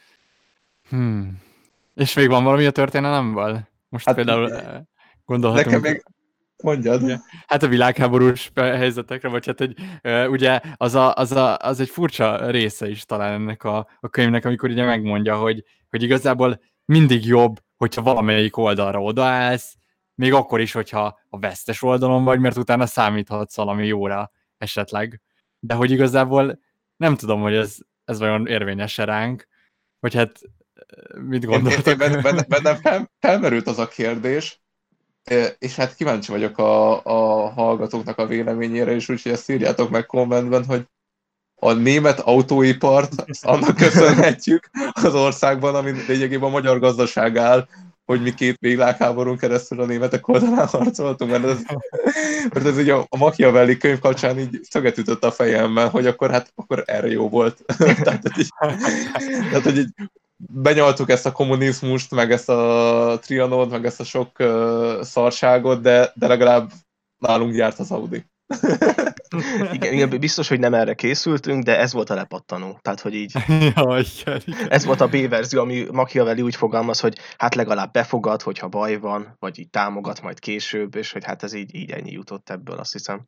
Hmm. És még van valami a történelemből? Most hát, például gondolhatunk... Nekem még... Mondjad. Ugye, hát a világháborús helyzetekre, vagy hát egy, ugye az, a, az, a, az egy furcsa része is talán ennek a, a könyvnek, amikor ugye megmondja, hogy, hogy igazából mindig jobb, hogyha valamelyik oldalra odaállsz, még akkor is, hogyha a vesztes oldalon vagy, mert utána számíthatsz valami jóra esetleg. De hogy igazából nem tudom, hogy ez, ez vajon érvényes-e ránk, hogy hát mit gondoltak? Én, én, bennem, bennem fel, felmerült az a kérdés, és hát kíváncsi vagyok a, a hallgatóknak a véleményére, és úgyhogy ezt írjátok meg kommentben, hogy a német autóipart annak köszönhetjük az országban, ami lényegében a magyar gazdaság áll, hogy mi két világháborún keresztül a németek oldalán harcoltunk, mert ez, mert ez ugye a Machiavelli könyv kapcsán így szöget ütött a fejemben, hogy akkor hát akkor erre jó volt. tehát, hogy így, tehát, hogy így benyaltuk ezt a kommunizmust, meg ezt a Trianont, meg ezt a sok uh, szarságot, de, de legalább nálunk gyárt az Audi. igen, igen, biztos, hogy nem erre készültünk, de ez volt a lepattanó. Tehát, hogy így... ja, igen, igen. Ez volt a B-verzió, ami Machiavelli úgy fogalmaz, hogy hát legalább befogad, hogyha baj van, vagy így támogat majd később, és hogy hát ez így, így ennyi jutott ebből, azt hiszem.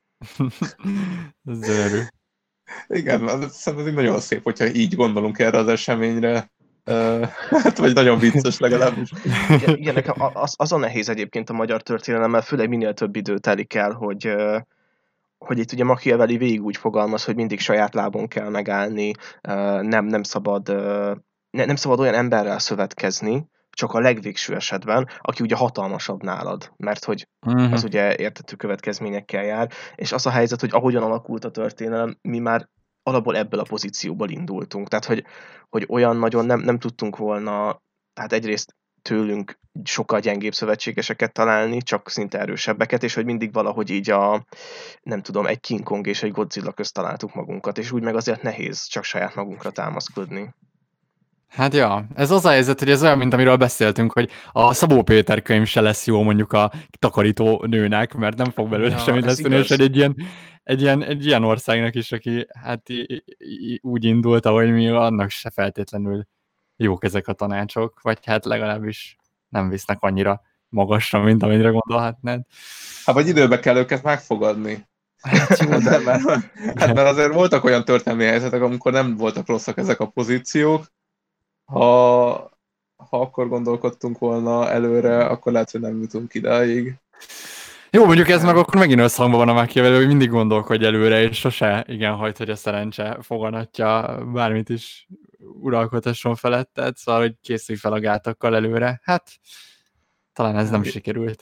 Ez zörű. Igen, szerintem ez nagyon szép, hogyha így gondolunk erre az eseményre. Uh, hát, vagy nagyon vicces legalábbis. Igen, igen, nekem az, az a nehéz egyébként a magyar történelemmel, főleg minél több idő telik el, hogy, hogy itt ugye Machiavelli végig úgy fogalmaz, hogy mindig saját lábon kell megállni, nem, nem, szabad, ne, nem szabad olyan emberrel szövetkezni, csak a legvégső esetben, aki ugye hatalmasabb nálad, mert hogy uh-huh. az ugye értető következményekkel jár, és az a helyzet, hogy ahogyan alakult a történelem, mi már alapból ebből a pozícióból indultunk. Tehát, hogy, hogy olyan nagyon nem, nem tudtunk volna, hát egyrészt tőlünk sokkal gyengébb szövetségeseket találni, csak szinte erősebbeket, és hogy mindig valahogy így a, nem tudom, egy King Kong és egy Godzilla közt találtuk magunkat, és úgy meg azért nehéz csak saját magunkra támaszkodni. Hát ja, ez az a helyzet, hogy ez olyan, mint amiről beszéltünk, hogy a Szabó Péter könyv se lesz jó mondjuk a takarító nőnek, mert nem fog belőle ja, semmit lesz, és egy ilyen, egy, ilyen, egy ilyen országnak is, aki hát í- í- úgy indult, ahogy mi, annak se feltétlenül jók ezek a tanácsok, vagy hát legalábbis nem visznek annyira magasra, mint amire gondolhatnád. Hát vagy időbe kell őket megfogadni. Hát, jó, de mert, hát mert azért voltak olyan történelmi helyzetek, amikor nem voltak rosszak ezek a pozíciók. Ha, ha akkor gondolkodtunk volna előre, akkor lehet, hogy nem jutunk idáig. Jó, mondjuk ez meg akkor megint összhangban van a Machiavelli, hogy mindig gondolkodj előre, és sose igen hagyd, hogy a szerencse foganatja bármit is uralkodhasson feletted, szóval, hogy készülj fel a gátakkal előre. Hát, talán ez nem sikerült.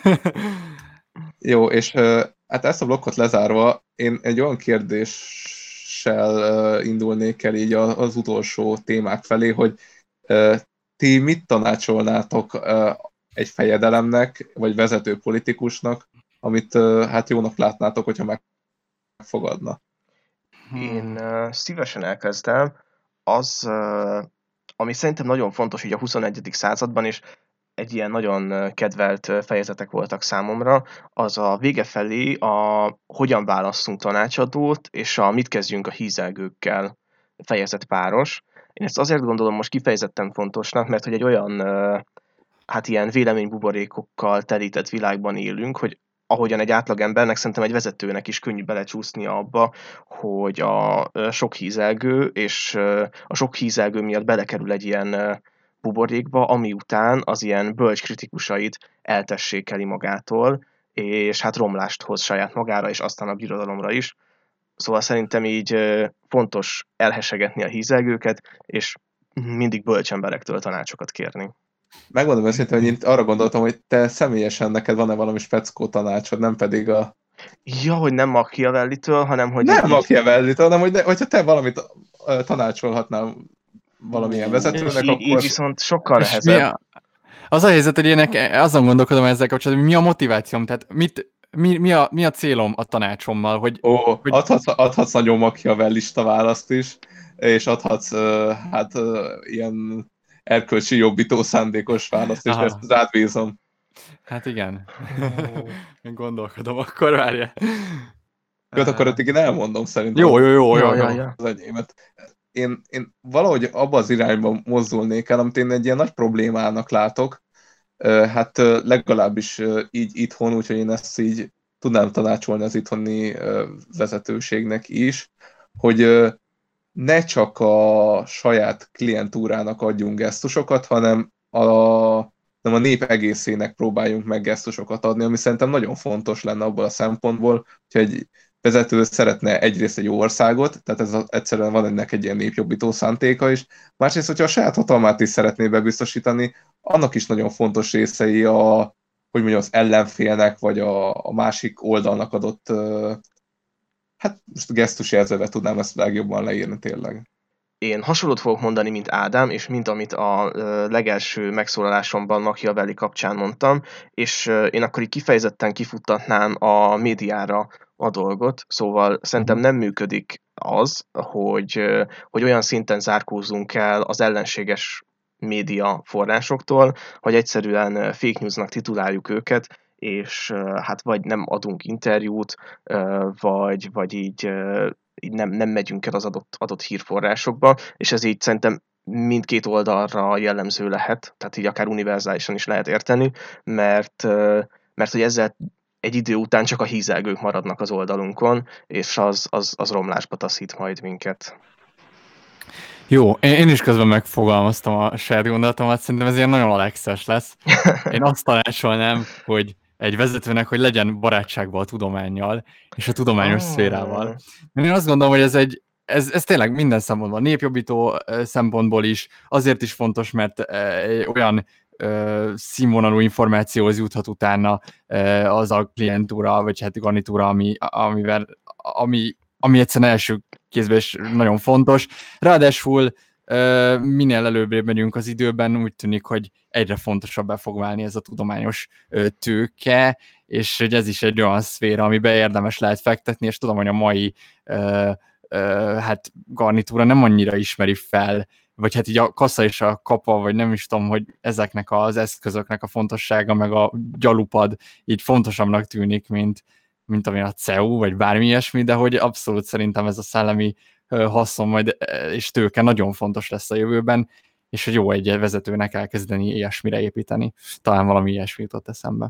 Jó, és hát ezt a blokkot lezárva, én egy olyan kérdéssel indulnék el így az utolsó témák felé, hogy ti mit tanácsolnátok egy fejedelemnek, vagy vezető politikusnak, amit hát jónak látnátok, hogyha megfogadna? Én szívesen elkezdem. Az, ami szerintem nagyon fontos így a huszonegyedik században, és egy ilyen nagyon kedvelt fejezetek voltak számomra, az a vége felé a hogyan válasszunk tanácsadót, és a mit kezdjünk a hízelgőkkel fejezet páros. Én ezt azért gondolom most kifejezetten fontosnak, mert hogy egy olyan hát ilyen véleménybuborékokkal telített világban élünk, hogy ahogyan egy átlagembernek, szerintem egy vezetőnek is könnyű belecsúsznia abba, hogy a sok hízelgő, és a sok hízelgő miatt belekerül egy ilyen buborékba, ami után az ilyen bölcs kritikusait eltessékeli magától, és hát romlást hoz saját magára, és aztán a birodalomra is. Szóval szerintem így fontos elhessegetni a hízelgőket, és mindig bölcs emberektől tanácsokat kérni. Megmondom őszintén, hogy én arra gondoltam, hogy te személyesen neked van-e valami speckó tanácsod, nem pedig a... Ja, hogy nem Machiavellitől, hanem hogy... Nem Machiavellitől, hanem hogy de, hogyha te valamit tanácsolhatnál valamilyen vezetőnek, így, akkor... Így viszont sokkal nehezebb. Az a helyzet, hogy ének, azon gondolkodom ezzel kapcsolatban, mi a motivációm, tehát mit, mi, mi, a, mi a célom a tanácsommal, hogy... Ó, hogy... Adhatsz, adhatsz nagyon machiavellista választ is, és adhatsz uh, hát uh, ilyen erkölcsi jobbító szándékos választ, és Aha. ezt rád bízom. Hát igen. Én gondolkodom, akkor várja. Köt, akkor addig én elmondom szerintem. Jó, jó, jó, jó. Ja, ja. Az enyémet. Én, én valahogy abba az irányba mozdulnék el, amit én egy ilyen nagy problémának látok. Hát legalábbis így itthon, úgyhogy én ezt így tudnám tanácsolni az itthoni vezetőségnek is, hogy ne csak a saját klientúrának adjunk gesztusokat, hanem a, nem a nép egészének próbáljunk meg gesztusokat adni, ami szerintem nagyon fontos lenne abból a szempontból, hogy egy vezető szeretne egyrészt egy jó országot, tehát ez a, egyszerűen van ennek egy ilyen népjobbító szántéka is, másrészt, hogyha a saját hatalmát is szeretné bebiztosítani, annak is nagyon fontos részei a, hogy mondjam, az ellenfélnek, vagy a, a másik oldalnak adott, hát most gesztusjelzővel tudnám ezt legjobban leírni tényleg. Én hasonlót fogok mondani, mint Ádám, és mint amit a legelső megszólalásomban Machiavelli kapcsán mondtam, és én akkor így kifejezetten kifuttatnám a médiára a dolgot, szóval szerintem nem működik az, hogy, hogy olyan szinten zárkózzunk el az ellenséges média forrásoktól, hogy egyszerűen fake newsnak tituláljuk őket, és hát vagy nem adunk interjút, vagy, vagy így, így nem, nem megyünk el az adott, adott hírforrásokba, és ez így szerintem mindkét oldalra jellemző lehet, tehát így akár univerzálisan is lehet érteni, mert, mert hogy ezzel egy idő után csak a hízelgők maradnak az oldalunkon, és az, az, az romlásba taszít majd minket. Jó, én is közben megfogalmaztam a saját gondolatomat, szerintem ez ilyen nagyon alexes lesz. Én azt tanácsolnám, hogy egy vezetőnek, hogy legyen barátságban a tudománnyal, és a tudományos oh. szférával. Én azt gondolom, hogy ez egy, ez, ez tényleg minden szempontból, népjobbító szempontból is, azért is fontos, mert egy olyan ö, színvonalú információhoz juthat utána ö, az a klientúra, vagy hát garnitúra, ami, amivel, ami, ami egyszerűen első kézben is nagyon fontos. Ráadásul ö, minél előbb megyünk az időben, úgy tűnik, hogy egyre fontosabbá fog válni ez a tudományos ö, tőke, és hogy ez is egy olyan szféra, amiben érdemes lehet fektetni, és tudom, hogy a mai ö, ö, hát garnitúra nem annyira ismeri fel, vagy hát így a kassa és a kapa, vagy nem is tudom, hogy ezeknek az eszközöknek a fontossága, meg a gyalupad így fontosabbnak tűnik, mint, mint ami a cé e u, vagy bármi ilyesmi, de hogy abszolút szerintem ez a szellemi haszon majd, és tőke nagyon fontos lesz a jövőben, és hogy jó egy vezetőnek elkezdeni ilyesmire építeni. Talán valami ilyesmi jutott eszembe.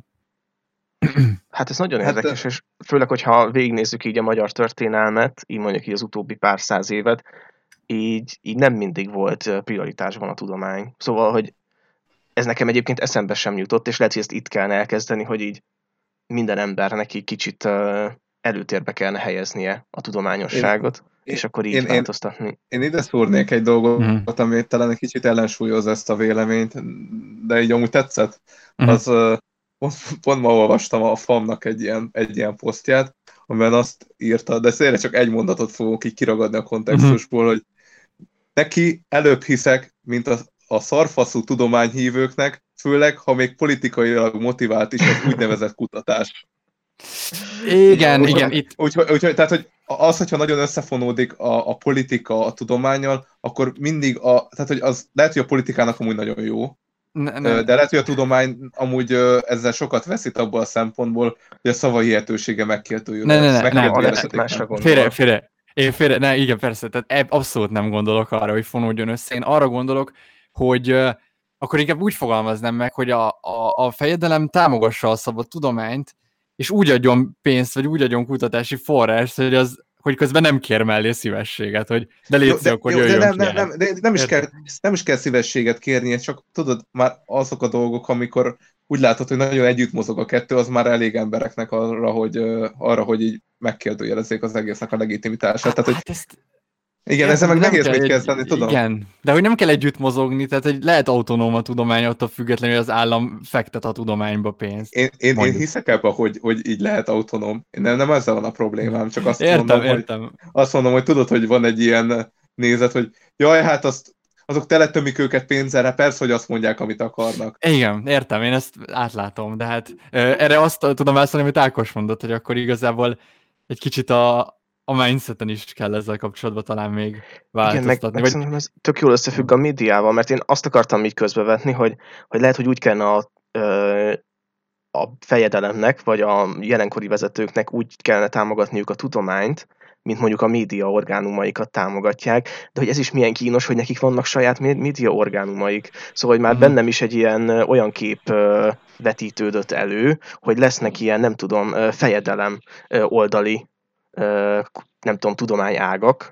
Hát ez nagyon hát érdekes, de... és főleg, hogyha végignézzük így a magyar történelmet, így mondjuk így az utóbbi pár száz évet, így, így nem mindig volt prioritásban a tudomány. Szóval, hogy ez nekem egyébként eszembe sem jutott, és lehet, hogy ezt itt kellene elkezdeni, hogy így minden embernek így kicsit előtérbe kellene helyeznie a tudományosságot, én, és akkor így én, változtatni. Én, én ide szúrnék egy dolgot, mm. ami talán egy kicsit ellensúlyoz ezt a véleményt, de így amúgy tetszett. Mm. Az, pont, pont ma olvastam a famnak egy ilyen, egy ilyen posztját, amiben azt írta, de szélre csak egy mondatot fogok így kiragadni a kontextusból, mm. hogy neki előbb hiszek, mint a, a szarfaszú tudományhívőknek, főleg, ha még politikailag motivált is az úgynevezett kutatás. Igen, úgy, igen. Úgy, itt. úgy, úgy, úgy, tehát, hogy az, hogyha nagyon összefonódik a, a politika a tudománnyal, akkor mindig, a, tehát, hogy az lehet, hogy a politikának amúgy nagyon jó, ne, ne. de lehet, hogy a tudomány amúgy ezzel sokat veszít abból a szempontból, hogy a szava hihetősége megkérdőjük. Ne, ne, ne, ne, ne. Félre, félre. Én félre, ne, igen, persze, tehát abszolút nem gondolok arra, hogy fonódjon össze. Én arra gondolok, hogy uh, akkor inkább úgy fogalmaznám meg, hogy a, a, a fejedelem támogassa a szabad tudományt, és úgy adjon pénzt, vagy úgy adjon kutatási forrást, hogy, az, hogy közben nem kér mellé szívességet, hogy de légy szí, akkor jöjjön de nem, ki nem, nem, de nem, is kell, nem is kell szívességet kérnie, csak tudod, már azok a dolgok, amikor úgy látod, hogy nagyon együtt mozog a kettő, az már elég embereknek arra, hogy, arra, hogy így megkérdőjelezzék az egésznek a legitimitását. Hát, tehát, hogy hát ezt... Igen, ezzel meg nehéz mit kezdeni, tudom. Igen, de hogy nem kell együtt mozogni, tehát hogy lehet autonóm a tudomány, attól függetlenül, hogy az állam fektet a tudományba pénzt. Én, én, én hiszek ebben, hogy, hogy így lehet autonóm. Nem, nem ezzel van a problémám, csak azt értem, mondom, értem. Hogy, azt mondom, hogy tudod, hogy van egy ilyen nézet, hogy jaj, hát azt, azok teletömik őket pénzzel, persze, hogy azt mondják, amit akarnak. Igen, értem, én ezt átlátom, de hát erre azt tudom válaszolni, amit Ákos mondott, hogy akkor igazából egy kicsit a a mindseten is kell ezzel kapcsolatban talán még változtatni. Igen, meg, meg vagy... ez tök jól összefügg a médiával, mert én azt akartam így közbevetni, hogy, hogy lehet, hogy úgy kellene a, a fejedelemnek, vagy a jelenkori vezetőknek úgy kellene támogatniuk a tudományt, mint mondjuk a média orgánumaikat támogatják, de hogy ez is milyen kínos, hogy nekik vannak saját média orgánumaik. Szóval, hogy már mm. bennem is egy ilyen olyan kép vetítődött elő, hogy lesznek ilyen, nem tudom, fejedelem oldali nem tudom, tudományágak,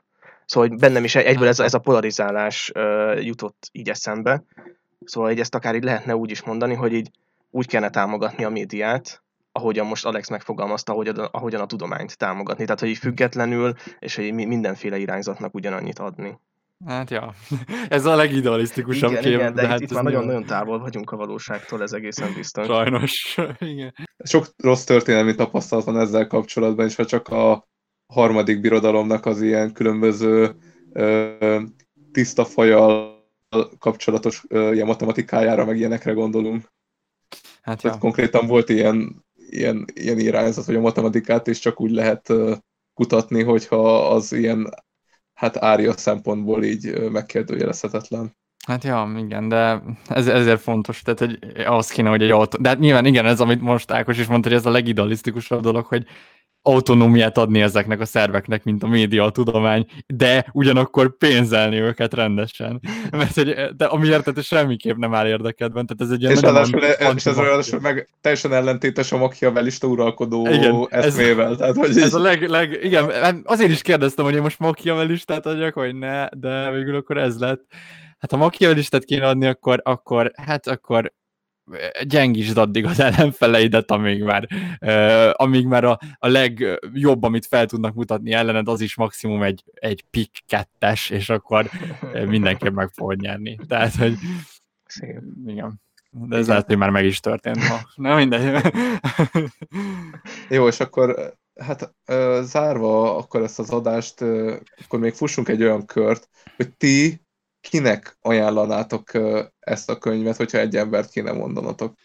Szóval hogy bennem is egyből ez a, ez a polarizálás uh, jutott így eszembe. Szóval hogy ezt akár így lehetne úgy is mondani, hogy így úgy kellene támogatni a médiát, ahogyan most Alex megfogalmazta, ahogyan, ahogyan a tudományt támogatni. Tehát, hogy így függetlenül, és hogy mindenféle irányzatnak ugyanannyit adni. Hát ja, ez a legidealisztikusabb igen, kép. Igen, de, de hát itt, itt már nagyon-nagyon nagyon távol vagyunk a valóságtól, ez egészen biztos. Sajnos, igen. Sok rossz történelmi tapasztalat van ezzel kapcsolatban, és ha csak a harmadik birodalomnak az ilyen különböző ö, tiszta fajjal kapcsolatos ö, ilyen matematikájára, meg ilyenekre gondolunk. Hát Tehát ja. konkrétan volt ilyen, ilyen, ilyen irányzat, hogy a matematikát is csak úgy lehet ö, kutatni, hogyha az ilyen hát ária szempontból így ö, megkérdőjelezhetetlen. Hát ja, igen, de ez, ezért fontos, tehát hogy az kéne, hogy egy autó... De hát nyilván igen, ez, amit most Ákos is mondta, hogy ez a legidealisztikusabb dolog, hogy autonómiát adni ezeknek a szerveknek, mint a média, a tudomány, de ugyanakkor pénzelni őket rendesen. Mert hogy, de amiért tehát semmiképp nem áll érdekedben, tehát ez egy ilyen és nagyon... ráadásul, és ez ráadásul meg teljesen ellentétes a machiavellista uralkodó igen, eszmével. Ez, tehát, hogy ez így... a leg, leg... Igen, azért is kérdeztem, hogy én most machiavellistát adjak, vagy ne, de végül akkor ez lett. Hát ha machiavellistát kéne adni, akkor, akkor hát akkor gyengítsd addig az ellenfeleidet, amíg már, uh, amíg már a, a legjobb, amit fel tudnak mutatni ellened, az is maximum egy, egy pick kettes, és akkor mindenképp meg fogod nyerni. Tehát, hogy Szép. Igen. De ez lehet, hogy már meg is történt ma. Na mindegy. Jó, és akkor hát zárva akkor ezt az adást, akkor még fussunk egy olyan kört, hogy ti kinek ajánlanátok ezt a könyvet, hogyha egy embert kéne mondanatok?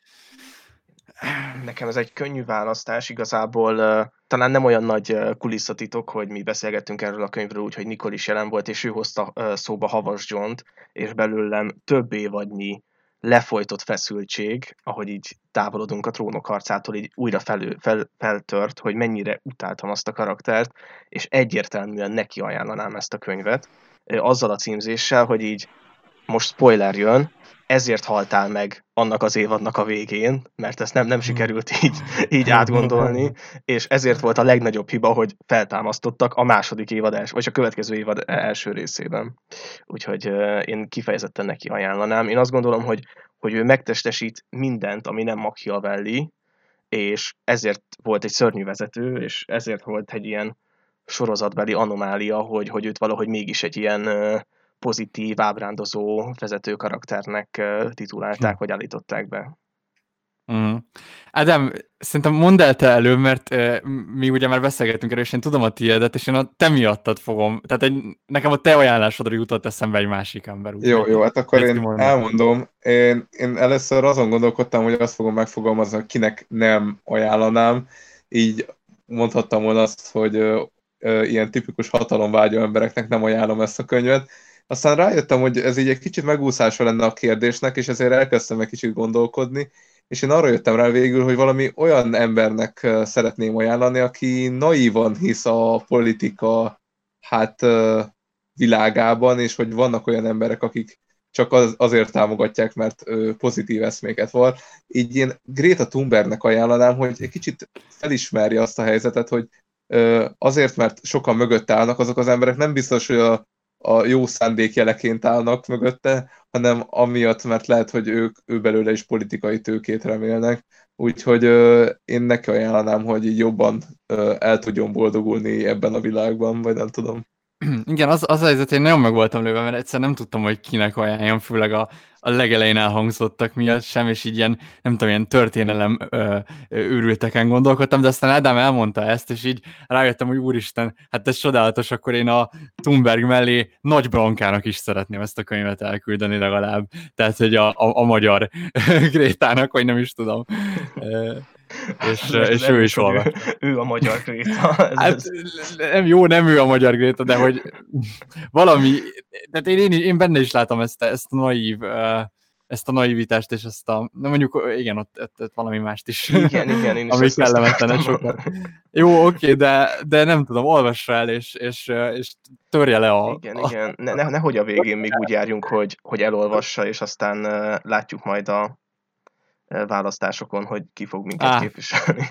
Nekem ez egy könnyű választás, igazából uh, talán nem olyan nagy uh, kulisszatitok, hogy mi beszélgettünk erről a könyvről úgy, hogy Nikol is jelen volt, és ő hozta uh, szóba Havas Johnt, és belőlem több évadnyi lefolytott feszültség, ahogy így távolodunk a Trónok harcától, így újra felő, fel, feltört, hogy mennyire utáltam azt a karaktert, és egyértelműen neki ajánlanám ezt a könyvet, uh, azzal a címzéssel, hogy így most spoiler jön, ezért haltál meg annak az évadnak a végén, mert ezt nem, nem sikerült így, így átgondolni, és ezért volt a legnagyobb hiba, hogy feltámasztottak a második évad, els, vagy a következő évad első részében. Úgyhogy uh, én kifejezetten neki ajánlanám. Én azt gondolom, hogy, hogy ő megtestesít mindent, ami nem Machiavelli, és ezért volt egy szörnyű vezető, és ezért volt egy ilyen sorozatbeli anomália, hogy, hogy őt valahogy mégis egy ilyen uh, pozitív, ábrándozó vezető karakternek titulálták, hm. vagy állították be. Mm. Ádám, szerintem mondd el te elő, mert uh, mi ugye már beszélgettünk erről, és én tudom a tiédet, és én a te miattad fogom. Tehát egy, nekem a te ajánlásodra jutott eszembe egy másik ember. Úgy jó, jó, hát akkor én mondani. elmondom. Én, én először azon gondolkodtam, hogy azt fogom megfogalmazni, hogy kinek nem ajánlanám. Így mondhattam volna azt, hogy uh, uh, ilyen tipikus hatalomvágyó embereknek nem ajánlom ezt a könyvet. Aztán rájöttem, hogy ez így egy kicsit megúszása lenne a kérdésnek, és ezért elkezdtem egy kicsit gondolkodni, és én arra jöttem rá végül, hogy valami olyan embernek szeretném ajánlani, aki naívan hisz a politika hát világában, és hogy vannak olyan emberek, akik csak az, azért támogatják, mert pozitív eszméket van. Így én Greta Thunbergnek ajánlanám, hogy egy kicsit felismerje azt a helyzetet, hogy azért, mert sokan mögött állnak, azok az emberek nem biztos, hogy a a jó szándék jeleként állnak mögötte, hanem amiatt, mert lehet, hogy ők ő belőle is politikai tőkét remélnek. Úgyhogy ö, én neki ajánlanám, hogy így jobban ö, el tudjon boldogulni ebben a világban, vagy nem tudom. Igen, az, az a helyzet, én nagyon meg voltam lőve, mert egyszer nem tudtam, hogy kinek ajánljam, főleg a, a legelején elhangzottak miatt sem, és így ilyen, nem tudom, ilyen történelem ö, ö, őrülteken gondolkodtam, de aztán Ádám elmondta ezt, és így rájöttem, hogy úristen, hát ez csodálatos, akkor én a Thunberg mellé Nagy Brankának is szeretném ezt a könyvet elküldeni legalább, tehát, hogy a, a, a magyar Grétának, vagy nem is tudom. És, és ő is olvas. Ő a magyar Gréta. Hát, nem jó, nem ő a magyar Gréta, de hogy valami, tehát én, én, én benne is látom ezt, ezt a naív, ezt a naivitást, és ezt a, de mondjuk igen, ott, ott, ott valami mást is. Igen, igen, én is ami kellemetlen sokat. Jó, oké, de, de nem tudom, olvassa el, és, és, és törje le a... Igen, a, igen, ne, ne, nehogy a végén még úgy járjunk, hogy, hogy elolvassa, és aztán uh, látjuk majd a választásokon, hogy ki fog minket ah. képviselni.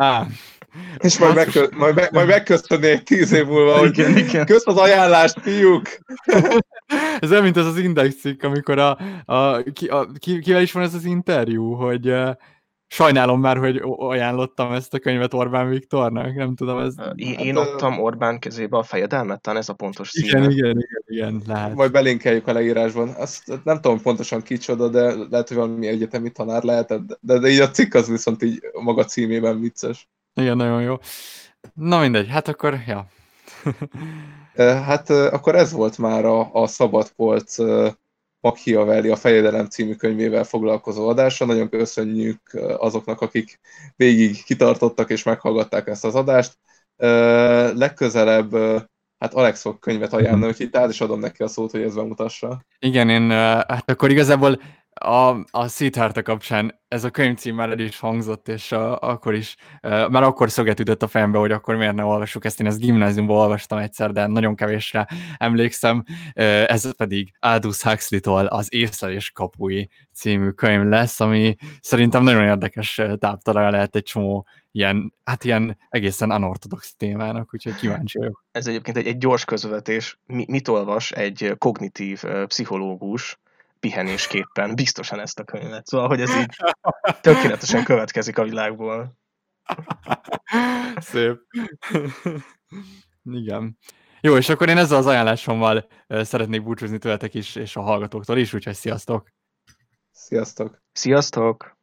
Á. És majd, megkö, majd, me, majd megköszönni egy tíz év múlva, hogy igen, igen. kösz az ajánlást, fiúk! Ez olyan, mint az az Index cikk, amikor a, a, ki, a ki, kivel is van ez az interjú, hogy uh, sajnálom már, hogy ajánlottam ezt a könyvet Orbán Viktornak, nem tudom, ez... Én, én adtam Orbán kezébe a fejedelmet, talán ez a pontos címe. Igen, igen, igen, igen, lehet. Majd belinkeljük a leírásban. Azt nem tudom pontosan kicsoda, de lehet, hogy valami egyetemi tanár lehetett, de, de így a cikk az viszont így maga címében vicces. Igen, nagyon jó. Na mindegy, hát akkor, ja. Hát akkor ez volt már a, a Szabadpolc Machiavelli, a Fejedelem című könyvével foglalkozó adása. Nagyon köszönjük azoknak, akik végig kitartottak és meghallgatták ezt az adást. Legközelebb hát Alex fog könyvet ajánlani, úgyhogy át is adom neki a szót, hogy ez bemutassa. Igen, én hát akkor igazából a, a Siddhartha kapcsán ez a könyvcím már el is hangzott, és a, akkor is, már akkor szöget ütött a fejembe, hogy akkor miért ne olvassuk ezt. Én ezt gimnáziumban olvastam egyszer, de nagyon kevésre emlékszem. Ez pedig Aldous Huxley-tól az Észlelés kapui című könyv lesz, ami szerintem nagyon érdekes táptalaja lehet egy csomó ilyen, hát ilyen egészen unorthodox témának, úgyhogy kíváncsi vagyok. Ez egyébként egy, egy gyors közvetés. Mi, mit olvas egy kognitív uh, pszichológus pihenésképpen? Biztosan ezt a könyvet. Szóval, hogy ez így tökéletesen következik a világból. Szép. Igen. Jó, és akkor én ezzel az ajánlásommal szeretnék búcsúzni tőletek is, és a hallgatóktól is, úgyhogy sziasztok! Sziasztok! Sziasztok!